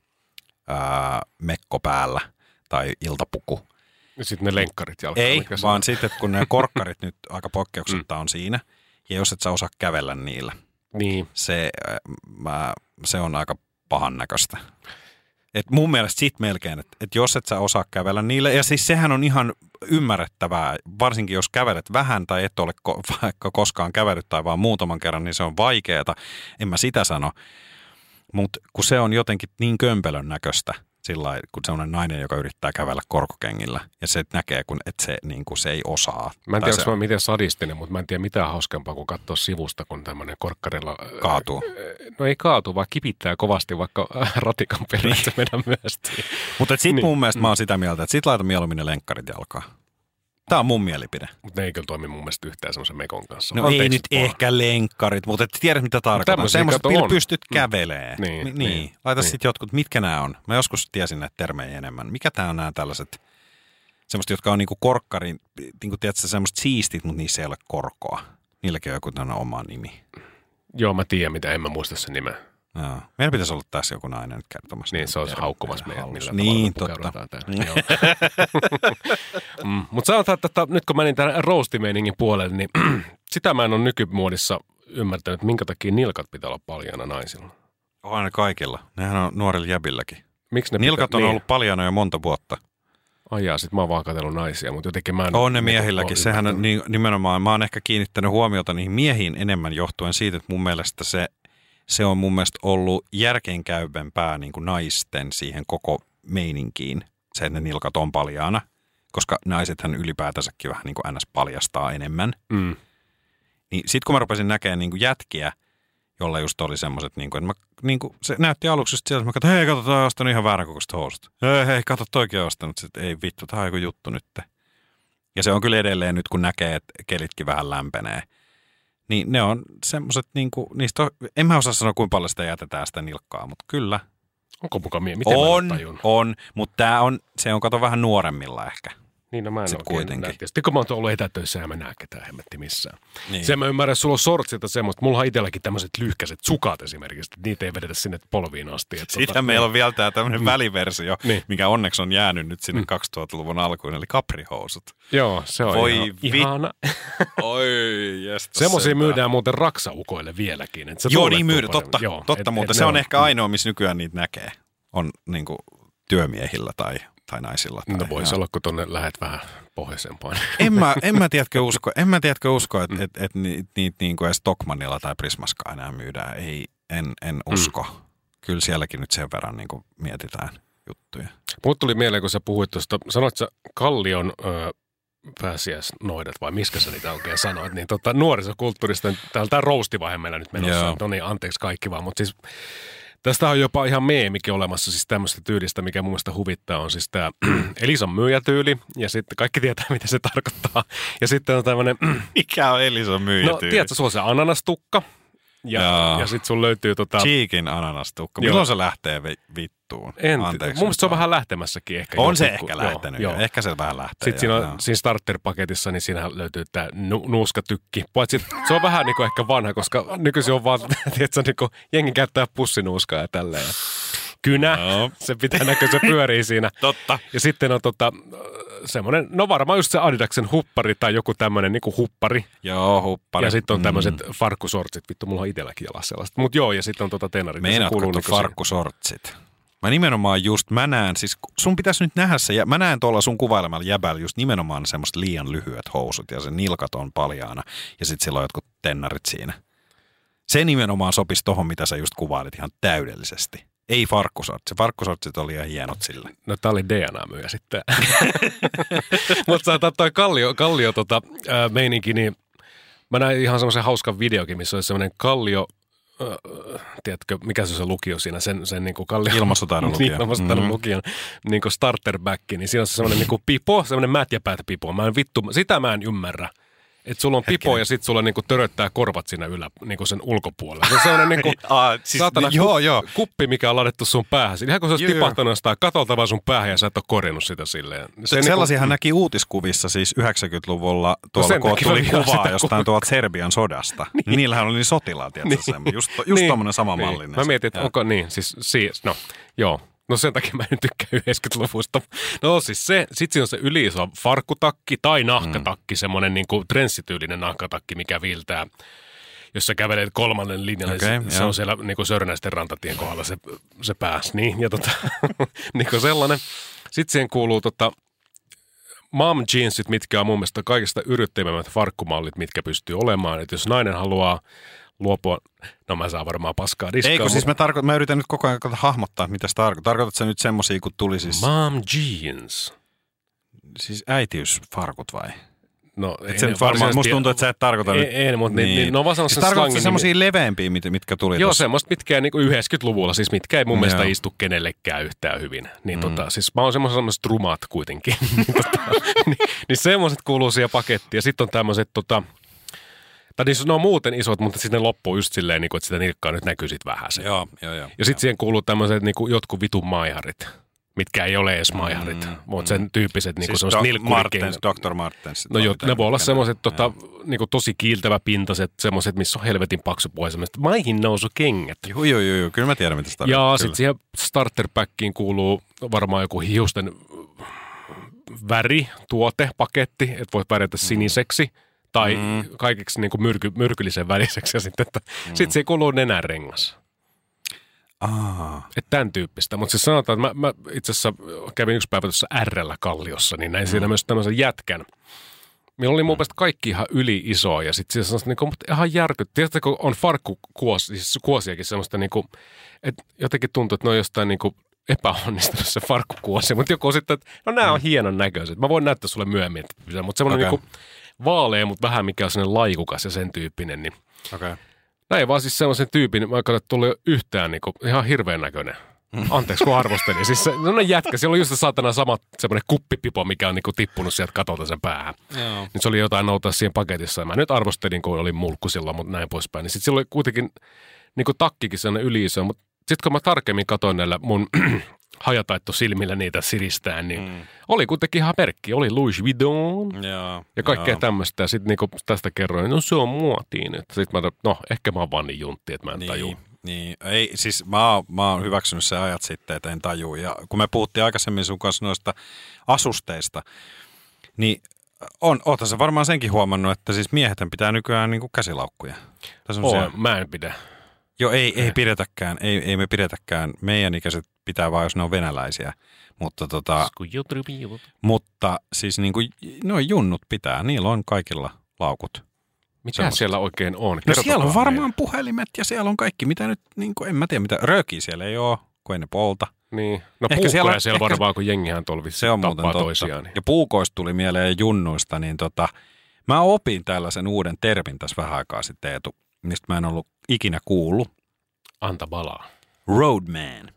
ää, mekko päällä tai iltapuku. Ja sitten ne lenkkarit jalkaan. Ei, vaan sitten kun ne korkkarit nyt aika poikkeuksetta on siinä, ja jos et sä osaa kävellä niillä, niin. se, mä, se on aika pahan näköistä. Et mun mielestä sit melkein, että et jos et sä osaa kävellä niille, ja siis sehän on ihan ymmärrettävää, varsinkin jos kävelet vähän tai et ole ko- vaikka koskaan kävellyt tai vaan muutaman kerran, niin se on vaikeeta. En mä sitä sano, mutta kun se on jotenkin niin kömpelön näköistä, sillä kun se on nainen, joka yrittää kävellä korkokengillä, ja se näkee, kun, että se, niin kuin se ei osaa. Mä en tiedä, onko se... mä miten sadistinen, mutta mä en tiedä mitään hauskempaa kuin katsoa sivusta, kun tämmöinen korkkarilla... Kaatuu. No ei kaatu, vaan kipittää kovasti, vaikka ratikan perässä meidän myöstiin. Mutta sitten niin. mun mielestä mä oon sitä mieltä, että sit laita mieluummin ne lenkkarit jalkaan. Tämä on mun mielipide. Mutta ne ei kyllä toimi mun mielestä yhtään semmoisen mekon kanssa. No Anteeksi ei nyt vaan. Ehkä lenkkarit, mutta et tiedä mitä tarkoitan. Semmoiset, millä pystyt kävelee. Mm. Niin, niin. niin. Laita niin. Sitten jotkut, mitkä nämä on. Mä joskus tiesin näitä termejä enemmän. Mikä tää on nämä tällaiset, semmoiset, jotka on niinku korkkarin, niinku tiedätkö, semmoiset siistit, mutta niissä ei ole korkoa. Niilläkin on joku tämmöinen oma nimi. Joo, mä tiedän mitä, en mä muista sen nimeä. Joo. Meillä pitäisi olla tässä joku nainen nyt kertomassa. Niin, se olisi haukkumassa meidän, millä niin, totta. mm, mutta sanotaan, että, että nyt kun menin tämän roastimeiningin puolelle, niin sitä mä en ole nykymuodissa ymmärtänyt, minkä takia nilkat pitää olla paljana naisilla. Onhan ne kaikilla. Nehän on nuorilla jäbilläkin. Miksi ne nilkat pitää, on niin. ollut paljana jo monta vuotta. Ai jaa, sit mä oon vaan katsellut naisia, mutta jotenkin mä en... On ne miehilläkin. Sehän on nimenomaan, mä oon ehkä kiinnittänyt huomiota niihin miehiin enemmän johtuen siitä, että mun mielestä se Se on mun mielestä ollut järkeenkäyvempää niin kuin naisten siihen koko meininkiin, se, että ne nilkat on paljaana, koska naisethan ylipäätänsäkin vähän niin kuin ns. Paljastaa enemmän. Mm. Niin sit kun mä rupesin näkemään niin kuin jätkiä, jolla just oli semmoiset, niin kuin, että mä, niin kuin, se näytti aluksi just sieltä, että mä katsoin, hei katso, toi on ostanut ihan väärän kokoista housut. Hei, hei, katso, toikin on ostanut. Sitten ei vittu, tää on joku juttu nyt. Ja se on kyllä edelleen nyt, kun näkee, että kelitkin vähän lämpenee. Niin ne on semmoiset, niinku, niistä on, en mä osaa sanoa, kuinka paljon sitä jätetään sitä nilkkaa, mutta kyllä. Onko mukaan mie? Miten on, mä tajun? on, mutta tää on, se on kato vähän nuoremmilla ehkä. Niin, no mä en sit oikein kuitenkin. näe. Sitten kun mä oon ollut etätöissä ja mä näe ketään hemmetti missään. Niin. Sen mä ymmärrän, että sulla on sortsilta semmoista. Mulla on itselläkin tämmöiset lyhkäiset sukat esimerkiksi. Niitä ei vedetä sinne polviin asti. Siitä tota, meillä on vielä tää tämmöinen mm. väliversio, niin. mikä onneksi on jäänyt nyt sinne mm. kaksituhattaluvun alkuun, eli kaprihousut. Joo, se on Voi ihan, vi- ihana. Oi, jästä. Semmoisia myydään muuten raksaukoille vieläkin. Että se Joo, niin myydään, totta, Joo, totta et, mutta et se on on, ehkä ainoa, missä nykyään niitä näkee. On niinku työmiehillä tai tai naisilla. No Tai, voisi olla, kun tuonne lähet vähän pohjoisempaan. En mä, en mä tiedätkö usko, en mä tiedätkö usko, että et, et niitä niit, niinku edes Stockmannilla tai Prismaskaan enää myydään. Ei, en, en usko. Mm. Kyllä sielläkin nyt sen verran niinku mietitään juttuja. Mut tuli mieleen, kun sä puhuit tuosta, sanoit sä Kallion ö, pääsiäisnoidat, vai miskä sä niitä oikein sanoit, niin tota, nuorisokulttuurista, täällä tämä roustivaihe meillä nyt menossa, no niin, anteeksi kaikki vaan, mutta siis tästä on jopa ihan meemikin olemassa siis tämmöistä tyylistä, mikä mun mielestä huvittaa, on siis tämä Elisan myyjätyyli, ja sitten kaikki tietää, mitä se tarkoittaa, ja sitten on tämmöinen... Mikä on Elisan myyjätyyli? No, tiedätkö, sulla on se ananastukka, ja, ja sitten sun löytyy tota... Cheekin ananastukka. Milloin se lähtee vittuun? En, Anteeksi, mun mielestä se on vähän lähtemässäkin ehkä. On joku, se ehkä lähtenyt, joo, joo. Ehkä se vähän lähtee. Sitten siinä, on, siinä starter-paketissa, niin siinä löytyy tämä nu- nuuskatykki. Paitsi se on vähän niin kuin ehkä vanha, koska nykyisin on vaan, tiedätkö, niin kuin jengi käyttää pussinuuskaa ja tälleen. Kynä, no. Se pitää näkyä, se pyörii siinä. Totta. Ja sitten on tota, semmoinen, no varmaan just se Adidaksen huppari tai joku tämmöinen niin kuin huppari. Joo, huppari. Ja sitten on tämmöiset mm. farkkusortsit. Vittu, mulla on itselläkin jalassa sellaista. Mutta joo, ja sitten on tota tenarit. Meinaatko niin farkkusortsit? Mä nimenomaan just, mä näen, siis sun pitäisi nyt nähdä se, ja mä näen tuolla sun kuvailemalla jäbällä just nimenomaan semmoista liian lyhyet housut, ja se nilkat on paljaana, ja sit sillä on jotkut tennarit siinä. Se nimenomaan sopisi tohon, mitä sä just kuvailit ihan täydellisesti. Ei farkkusortsi. Farkkusortsit oli ihan hienot sille. No tää oli D N A-myyjä sitten. Mutta sanotaan toi Kallio, kallio tota, ää, meininki, niin mä näin ihan semmoisen hauskan videokin, missä oli semmoinen Kallio, äh, tiedätkö, mikä se on se lukio siinä, sen, sen niin kuin Kallio... Ilmastotaidon lukio. Ilmastotaidon mm-hmm. lukion niin kuin starterback, niin siinä on se semmoinen niin kuin pipo, semmoinen mätjäpäät pipo. Mä en vittu, sitä mä en ymmärrä. Että sulla on pipo Hetkinen. Ja sit sulla niinku töröttää korvat siinä ylä, niinku sen ulkopuolella. Se on sellainen niinku ah, siis, saatana joo, ku, joo. kuppi, mikä on laitettu sun päähän. Ihan kun se olisi tipahtanut jostain katolta vaan sun päähän ja sä et ole korjannut sitä silleen. Se Sellaisiahan niinku... näki uutiskuvissa siis yhdeksänkymmentäluvulla tuolla, no kun tuli kuvaa jostain tuolta Serbian sodasta. niin. Niillähän oli niin sotilaat, tietysti niin. Just, just niin. tommoinen sama niin. mallinen. Mä mietin, että onko niin, siis, siis no joo. No sen takia mä en tykkää yhdeksänkymmentäluvusta. No siis se, sit siinä on se yliiso farkkutakki tai nahkatakki, mm. semmoinen niinku trenssityylinen nahkatakki, mikä viiltää, jos sä kävelet kolmannen linjalle, okay, se, se on siellä niinku Sörnäisten rantatien kohdalla se, se pääs. Niin, ja tota, niinku sellainen. Sitten siihen kuuluu tota mom jeansit, mitkä on mun mielestä kaikista yrittämämmät farkkumallit, mitkä pystyy olemaan. Että jos nainen haluaa luopua, no mä saan varmaan paskaa diskaa. Eikö, siis mä, tarko- mä yritän nyt koko ajan hahmottaa, mitä se tarkoittaa. Tarkoitatko sä nyt semmosia, kun tuli siis... Mom jeans. Siis äitiysfarkut vai? No et ei varmaan, musta tuntuu, että sä et tarkoita ei, nyt. Ei, mutta niin. Niin, no vaan siis tarkoitatko semmosia leveämpiä, mitkä tuli Joo, tossa? semmoista, mitkä ei niin yhdeksänkymmentäluvulla, siis mitkä ei mun Joo. mielestä istu kenellekään yhtään hyvin. Niin mm. tota, siis mä oon semmoiset rumat kuitenkin. tota, niin, niin semmoiset kuuluu siihen pakettiin. Ja sitten on tämmöiset tota... Tai niin, ne on muuten isot, mutta sitten ne loppuu just silleen, että sitä nilkkaa nyt näkyy sit vähän se. Joo, joo, joo. Ja sitten siihen kuuluu tämmöiset niin jotkut vitun maiharit, mitkä ei ole edes maiharit, mm, mutta sen tyyppiset niin siis semmoiset nilkkurikkeet. doktor Martens. No joo, ne voi olla semmoiset tota, niin tosi kiiltäväpintaiset, semmoiset, missä on helvetin paksu pohja, semmoiset maihin nousu kengät. Joo, joo, joo, kyllä mä tiedän, mitä sitä Ja sitten siihen starterpackiin kuuluu varmaan joku hiusten väri, tuote, paketti, että voit värjätä siniseksi. Tai mm. kaikiksi niin kuin myrky, myrkyllisen väliseksi ja sitten, että mm. sit siihen kuuluu nenärengas. Ah. Että tämän tyyppistä. Mutta siis sanotaan, että mä, mä itse asiassa kävin yksi päivä tuossa R:llä Kalliossa, niin näin mm. siinä myös tämmöisen jätkän. Meillä oli mun mielestä kaikki ihan yli isoa ja sitten siis niin kuin, ihan järkyt. Tiedätkö, kun on farkkukuosi, siis kuosiakin semmoista, niin kuin, että jotenkin tuntuu, että ne on jostain niin kuin epäonnistunut se farkkukuosi. Mutta joku sitten, että no nämä on hienon näköiset. Mä voin näyttää sulle myöhemmin. Mutta semmoinen okay. niin kuin vaalea, mutta vähän mikä on sellainen laikukas ja sen tyyppinen. Niin okay. Näin vaan siis semmoisen tyypin, vaikka että tuli yhtään niin kuin, ihan hirveän näköinen. Anteeksi, kun arvostelin. Siis se, no jätkä, siellä oli just se saatana sama semmoinen kuppipipo, mikä on niin kuin tippunut sieltä katolta sen päähän. Joo. Nyt se oli jotain noutaa siihen paketissa. Mä nyt arvostelin, kun oli mulkku silloin, mutta näin poispäin. Niin sitten sillä oli kuitenkin niin kuin takkikin sellainen yli-iso, mutta sitten kun mä tarkemmin katsoin näillä mun hajataitto silmillä niitä siristään, niin mm. oli kuitenkin ihan merkki. Oli Louis Vuitton ja, ja kaikkea tämmöistä. Ja sitten niinku tästä kerroin, no se on muotiin. Sitten mä, no ehkä mä oon vaan niin juntti, että mä en niin, tajuu. Niin, ei, siis mä oon, mä oon hyväksynyt sen ajat sitten, että en tajuu. Ja kun me puhuttiin aikaisemmin sun kanssa noista asusteista, niin on, oothan sä varmaan senkin huomannut, että siis miehethän pitää nykyään niinku käsilaukkuja. On, mä en pidä. Joo, ei, ei pidetäkään, ei, ei me pidetäkään. Meidän ikäiset pitää vaan, jos ne on venäläisiä. Mutta, tota, mutta siis niin kuin, no junnut pitää, niillä on kaikilla laukut. Mitä Semmosta. siellä oikein on? No siellä on varmaan meille. puhelimet ja siellä on kaikki, mitä nyt, niin kuin, en mä tiedä, mitä röökiä siellä ei ole, kun ei ne polta. Niin, no Ehkä puukkoja siellä siellä, on- siellä ehkä- varmaan, kun jengihän tolvissa Se on muuten tappaa totta. toisiaan. Niin. Ja puukoista tuli mieleen ja junnuista, niin tota, mä opin tällaisen uuden termin tässä vähän aikaa sitten, Eetu, mistä mä en ollut ikinä kuullut. Anta balaa. Roadman,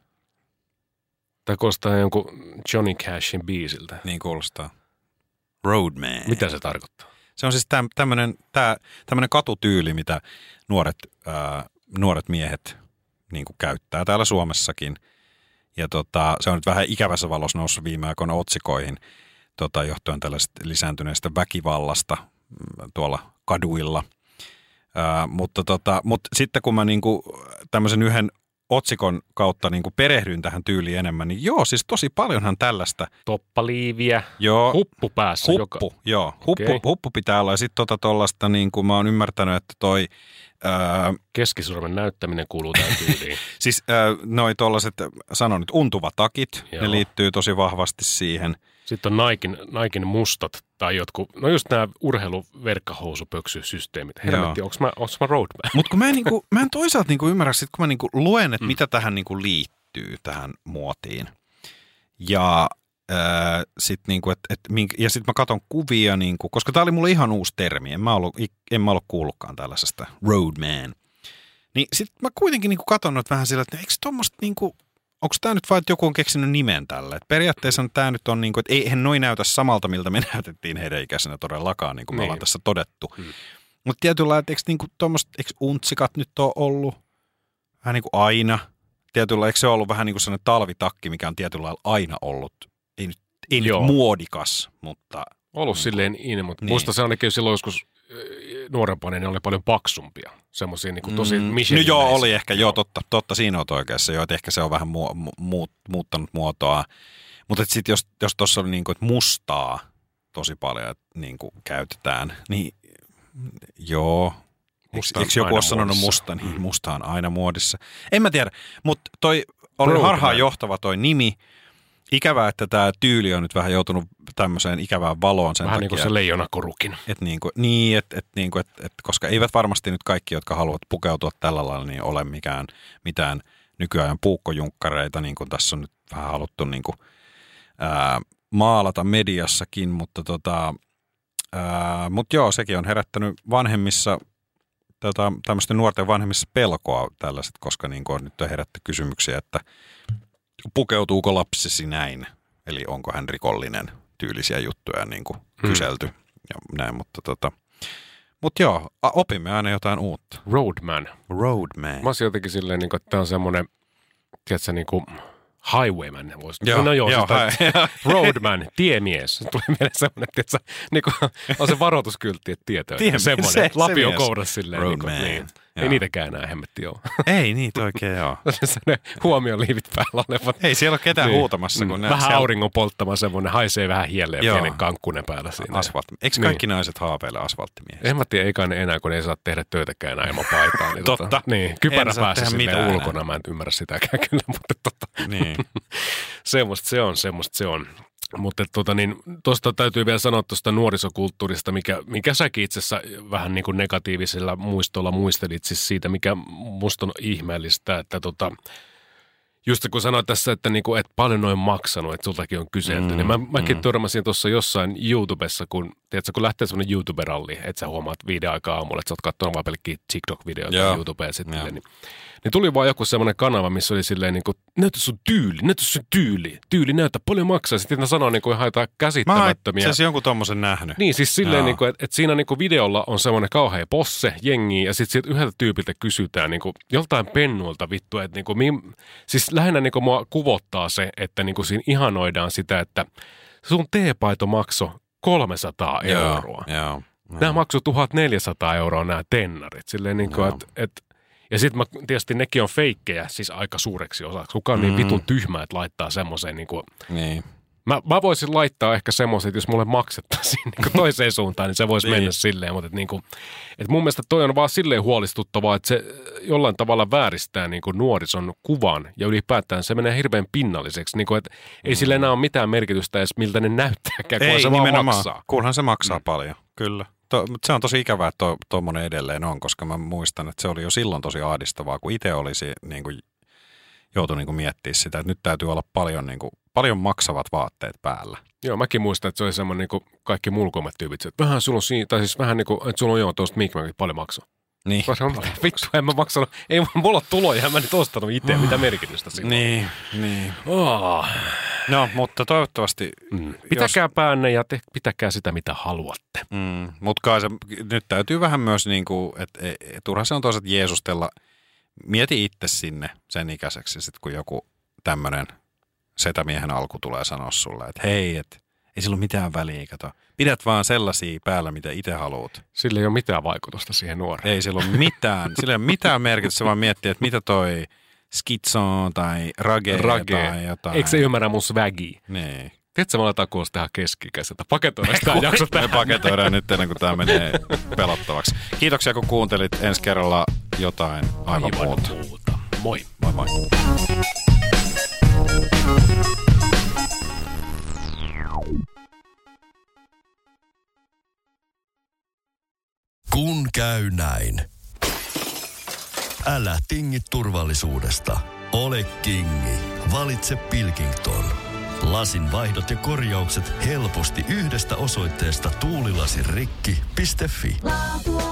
Tai kuulostaa jonkun Johnny Cashin biisiltä. niin kuulostaa. Roadman. Mitä se tarkoittaa? Se on siis täm, tämmönen, tää, tämmönen katutyyli, mitä nuoret, ää, nuoret miehet niin kuin käyttää täällä Suomessakin. Ja tota, se on nyt vähän ikävässä valossa noussut viime aikoina otsikoihin tota, johtuen tällaisesta lisääntyneestä väkivallasta mm, tuolla kaduilla. Ää, mutta, tota, mutta sitten kun mä niinku tämmöisen yhden otsikon kautta niinku perehdyin tähän tyyliin enemmän, niin joo, siis tosi paljonhan tällaista. Toppaliiviä, Joo, huppu päässä. Joka... huppu, joo, huppu, Okei. huppu pitää olla. Ja sitten tota tollaista, niin kuin mä oon ymmärtänyt, että toi, ää, Keskisormen näyttäminen kuuluu tähän tyyliin. siis ää, noi tollaset, sanon nyt, untuvatakit, Joo. ne liittyy tosi vahvasti siihen. Sitten on Naikin, Naikin mustat tai jotkut, no just nämä urheiluverkkahousupöksysysteemit. Helvetti, onko mä, onks mä roadman? Mutta kun mä en, niinku, mä en toisaalta niinku ymmärrä, sit kun mä niinku luen, että mm. mitä tähän niinku liittyy, tähän muotiin. Ja ää, sitten niinku, et, et, ja sit mä katson kuvia, niinku, koska tää oli mulle ihan uusi termi. En mä ollut, en mä ollut kuullutkaan tällaisesta roadman. Niin sit mä kuitenkin niinku katon nyt vähän sillä, että eikö tommoista niinku, onko tämä nyt vain, että joku on keksinyt nimen tälle? Et periaatteessa tämä nyt on niin kuin, että eihän noin näytä samalta, miltä me näytettiin heidän ikäisenä todellakaan, niin kuin me Niin. ollaan tässä todettu. Hmm. Mutta tietyllä lailla, että eikö, niin kuin, eikö untsikat nyt ole ollut vähän niin kuin aina? Tietyllä eikö se ollut vähän niin kuin sellainen talvitakki, mikä on tietyllä lailla aina ollut? Ei nyt, ei nyt Joo. muodikas, mutta Ollut Niin. silleen in, mutta Niin. niin. muista se ainakin silloin joskus äh, nuorempana, ne oli paljon paksumpia. Semmoisia niin kuin tosi Mm, Michelin. no joo, oli ehkä, joo, totta, totta siinä olet oikeassa, joo, että ehkä se on vähän mu, mu, muut, muuttanut muotoa. Mutta sitten jos jos tuossa oli niinku, että mustaa tosi paljon että niinku käytetään, niin joo. Musta Eikö on joku aina ole sanonut muodissa. musta, niin musta on aina muodissa. En mä tiedä, mutta toi oli Roadman. harhaan johtava toi nimi. Ikävää, että tämä tyyli on nyt vähän joutunut tämmöiseen ikävään valoon sen Vähän niin takia. kuin se leijonakorukin. Et niinku, niin, et, et niinku, et, et, koska eivät varmasti nyt kaikki, jotka haluavat pukeutua tällä lailla, niin ole mikään, mitään nykyajan puukkojunkkareita, niin kuin tässä on nyt vähän haluttu niinku, ää, maalata mediassakin, mutta tota, ää, mut joo, sekin on herättänyt vanhemmissa, tota, tämmöisten nuorten vanhemmissa pelkoa tällaiset, koska niinku on nyt on herätty kysymyksiä, että pukeutuuko lapsesi näin, eli onko hän rikollinen, tyylisiä juttuja niin kuin Hmm. kyselty ja näin, mutta tota, mut joo, a- opimme aina jotain uutta. Roadman. Roadman. Mä olisin jotenkin silleen, niin kuin, että tämä on semmoinen, tiedätkö, niin kuin highwayman. Voisi. Joo, no joo, joo, siis tää- roadman, tiemies. Tulee mieleen semmoinen, että niin kuin, on se varoituskyltti, että tietää. Tiemies, semmoinen, se- että lapi se on mies. kourassa silleen. Niin kuin, Roadman. niin. Joo. Ei niitäkään enää hemmetti ole. Ei niitä oikein joo. Sellainen huomioliivit päällä olevat. Ei siellä ole ketään Niin. huutamassa. Kun ne Vähän siellä auringon polttama semmoinen, haisee vähän hielle ja Joo. pienen kankkunen päällä siinä. asfaltti. Eikö Niin. kaikki naiset haaveile asfalttimiehistä? En mä tiedä, eikä ne enää, kun ne ei saa tehdä töitäkään enää ilman paitaa. Niin Totta. Tota, niin, kypärä En saa päässä tehdä silleen mitään ulkona, mä en ymmärrä sitäkään kyllä, mutta tota, Niin. semmoista se on, semmoista se on. Mutta tota, niin, tuosta täytyy vielä sanoa tuosta nuorisokulttuurista, mikä, mikä säkin itse asiassa vähän niin kuin negatiivisella muistolla muistelit siis siitä, mikä musta on ihmeellistä, että tota, just kun sanoit tässä, että, niinku, et paljon noin maksanut, että sultakin on kyselty, Mm, niin mä, mäkin mm. törmäsin tuossa jossain YouTubessa, kun, tiedätkö, kun lähtee semmoinen YouTube-ralli, että sä huomaat viiden aikaa aamulla, että sä oot katsonut vaan pelkkiä TikTok-videoita Joo. YouTubeen sitten, Joo. niin, niin tuli vaan joku semmoinen kanava, missä oli silleen niin kuin, näytä sun tyyli, näytä sun tyyli, tyyli näytä, paljon maksaa. Sitten ne sanoo niin kuin ihan jotain Mä oon käsittämättömiä. itse jonkun tommosen nähnyt. Niin, siis silleen, Joo. niin kuin, että, että siinä niin kuin videolla on semmoinen kauhea posse, jengi, ja sitten sieltä yhdeltä tyypiltä kysytään niin kuin, joltain pennuilta vittu, että niin kuin, mi, siis lähinnä niin kuin mua kuvottaa se, että niin kuin siinä ihanoidaan sitä, että sun teepaito maksoi kolmesataa euroa. Joo, joo. Nämä maksoi tuhatneljäsataa euroa nämä tennarit. Silleen niin kuin, Joo. että, että, ja sitten mä, tietysti nekin on feikkejä, siis aika suureksi osaksi. Kukaan on niin Mm. vitun tyhmä, että laittaa semmoiseen niin kuin, Niin. Mä, mä voisin laittaa ehkä semmoiset, että jos mulle maksettaisiin niin toiseen suuntaan, niin se voisi niin. mennä silleen. Mutta et niin kuin, et mun mielestä toi on vaan silleen huolestuttavaa, että se jollain tavalla vääristää niin kuin nuorison kuvan ja ylipäätään se menee hirveän pinnalliseksi. Niin kuin, että mm. ei sillä enää ole mitään merkitystä edes, miltä ne näyttääkään, kun ei, se vaan maksaa. Kunhan se maksaa mm. paljon, kyllä. To, mutta se on tosi ikävää, että tuommoinen to, edelleen on, koska mä muistan, että se oli jo silloin tosi ahdistavaa, kun itse olisi niin kuin, joutui niin kuin miettimään sitä, että nyt täytyy olla paljon, niin kuin, paljon maksavat vaatteet päällä. Joo, mäkin muistan, että se oli semmoinen niin kuin kaikki mulkoimet tyypit, että vähän sulla on siinä, tai siis vähän niin kuin, että sulla on joo tuosta mikmäkin paljon maksaa. Niin. Mä sanoin, vittu, en mä maksanut, ei mulla ole tuloja, en mä nyt ostanut itse, mitä merkitystä siinä. Niin, niin. Oh. No, mutta toivottavasti... Mm. Pitäkää jos... päänne ja te, pitäkää sitä, mitä haluatte. Mm, mutta se, nyt täytyy vähän myös, niin kuin, että et, et, turha se on toiset jeesustella. Mieti itse sinne sen ikäiseksi, sit kun joku tämmöinen setämiehen alku tulee sanoa sulle, että hei, että ei sillä ole mitään väliä, kato. Pidät vaan sellaisia päällä, mitä itse haluat. Sillä ei ole mitään vaikutusta siihen nuoreen. Ei sillä ole mitään. Sillä ei ole mitään merkitystä, vaan miettii, että mitä toi schizo tai rage, rage. tai jotain. Eikö se ymmärrä mun swagia? Niin. Tiedätkö, mä aletaan kuulosta tehdä keski-ikäiseltä. Paketoidaan sitä jakso tähän. Me paketoidaan nyt ennen kuin tämä menee pelottavaksi. Kiitoksia, kun kuuntelit. Ensi kerralla jotain aivan, aivan muuta. muuta. Moi. Moi moi. Kun käy näin. Älä tingi turvallisuudesta. Ole kingi. Valitse Pilkington. Lasin vaihdot ja korjaukset helposti yhdestä osoitteesta tuulilasirikki piste fi. Laatua